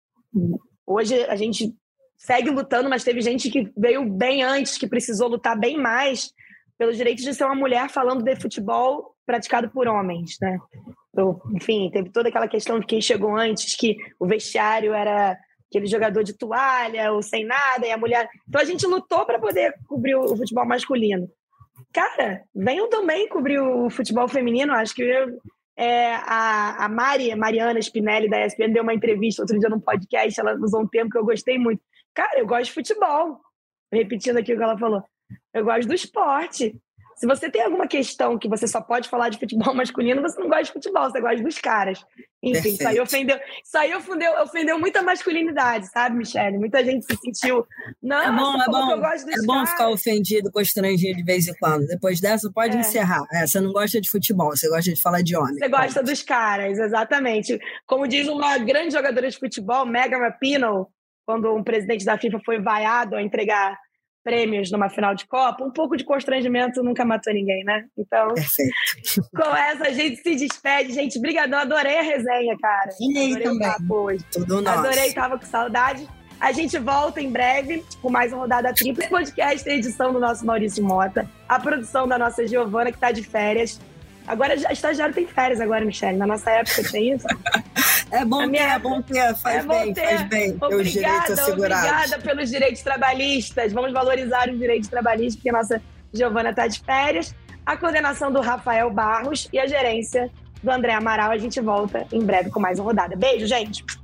Hoje a gente segue lutando, mas teve gente que veio bem antes, que precisou lutar bem mais pelos direitos de ser uma mulher falando de futebol praticado por homens, né? Então, enfim, teve toda aquela questão de quem chegou antes, que o vestiário era aquele jogador de toalha ou sem nada, e a mulher... Então a gente lutou para poder cobrir o futebol masculino. Cara, venham também cobrir o futebol feminino. Acho que eu, é, a, a Mari, Mariana Spinelli, da E S P N, deu uma entrevista outro dia num podcast, ela usou um termo que eu gostei muito. Cara, eu gosto de futebol. Repetindo aqui o que ela falou. Eu gosto do esporte. Se você tem alguma questão que você só pode falar de futebol masculino, você não gosta de futebol, você gosta dos caras. Enfim, isso aí ofendeu, isso aí ofendeu, ofendeu muita masculinidade, sabe, Michele? Muita gente se sentiu... Não, é bom, é bom, eu gosto dos é bom ficar ofendido, constrangido de vez em quando. Depois dessa, pode é. encerrar. É, você não gosta de futebol, você gosta de falar de homem. Você gosta pode. dos caras, exatamente. Como diz uma grande jogadora de futebol, Megan Rapinoe, quando um presidente da FIFA foi vaiado a entregar prêmios numa final de Copa, um pouco de constrangimento nunca matou ninguém, né? Então, Perfeito. Com essa, a gente se despede. Gente, brigadão, adorei a resenha, cara. Adorei também. Hoje. Tudo nosso. Adorei, tava com saudade. A gente volta em breve com mais uma Rodada Tripla. Esse podcast tem a edição do nosso Maurício Mota, a produção da nossa Giovana, que tá de férias. Agora, a estagiário tem férias agora, Michele. Na nossa época tinha isso. É bom ter, é bom ter, faz é bem, ter. faz bem. Obrigada, os direitos assegurados. Obrigada pelos direitos trabalhistas. Vamos valorizar os direitos trabalhistas, porque a nossa Giovana está de férias. A coordenação do Rafael Barros e a gerência do André Amaral. A gente volta em breve com mais uma rodada. Beijo, gente!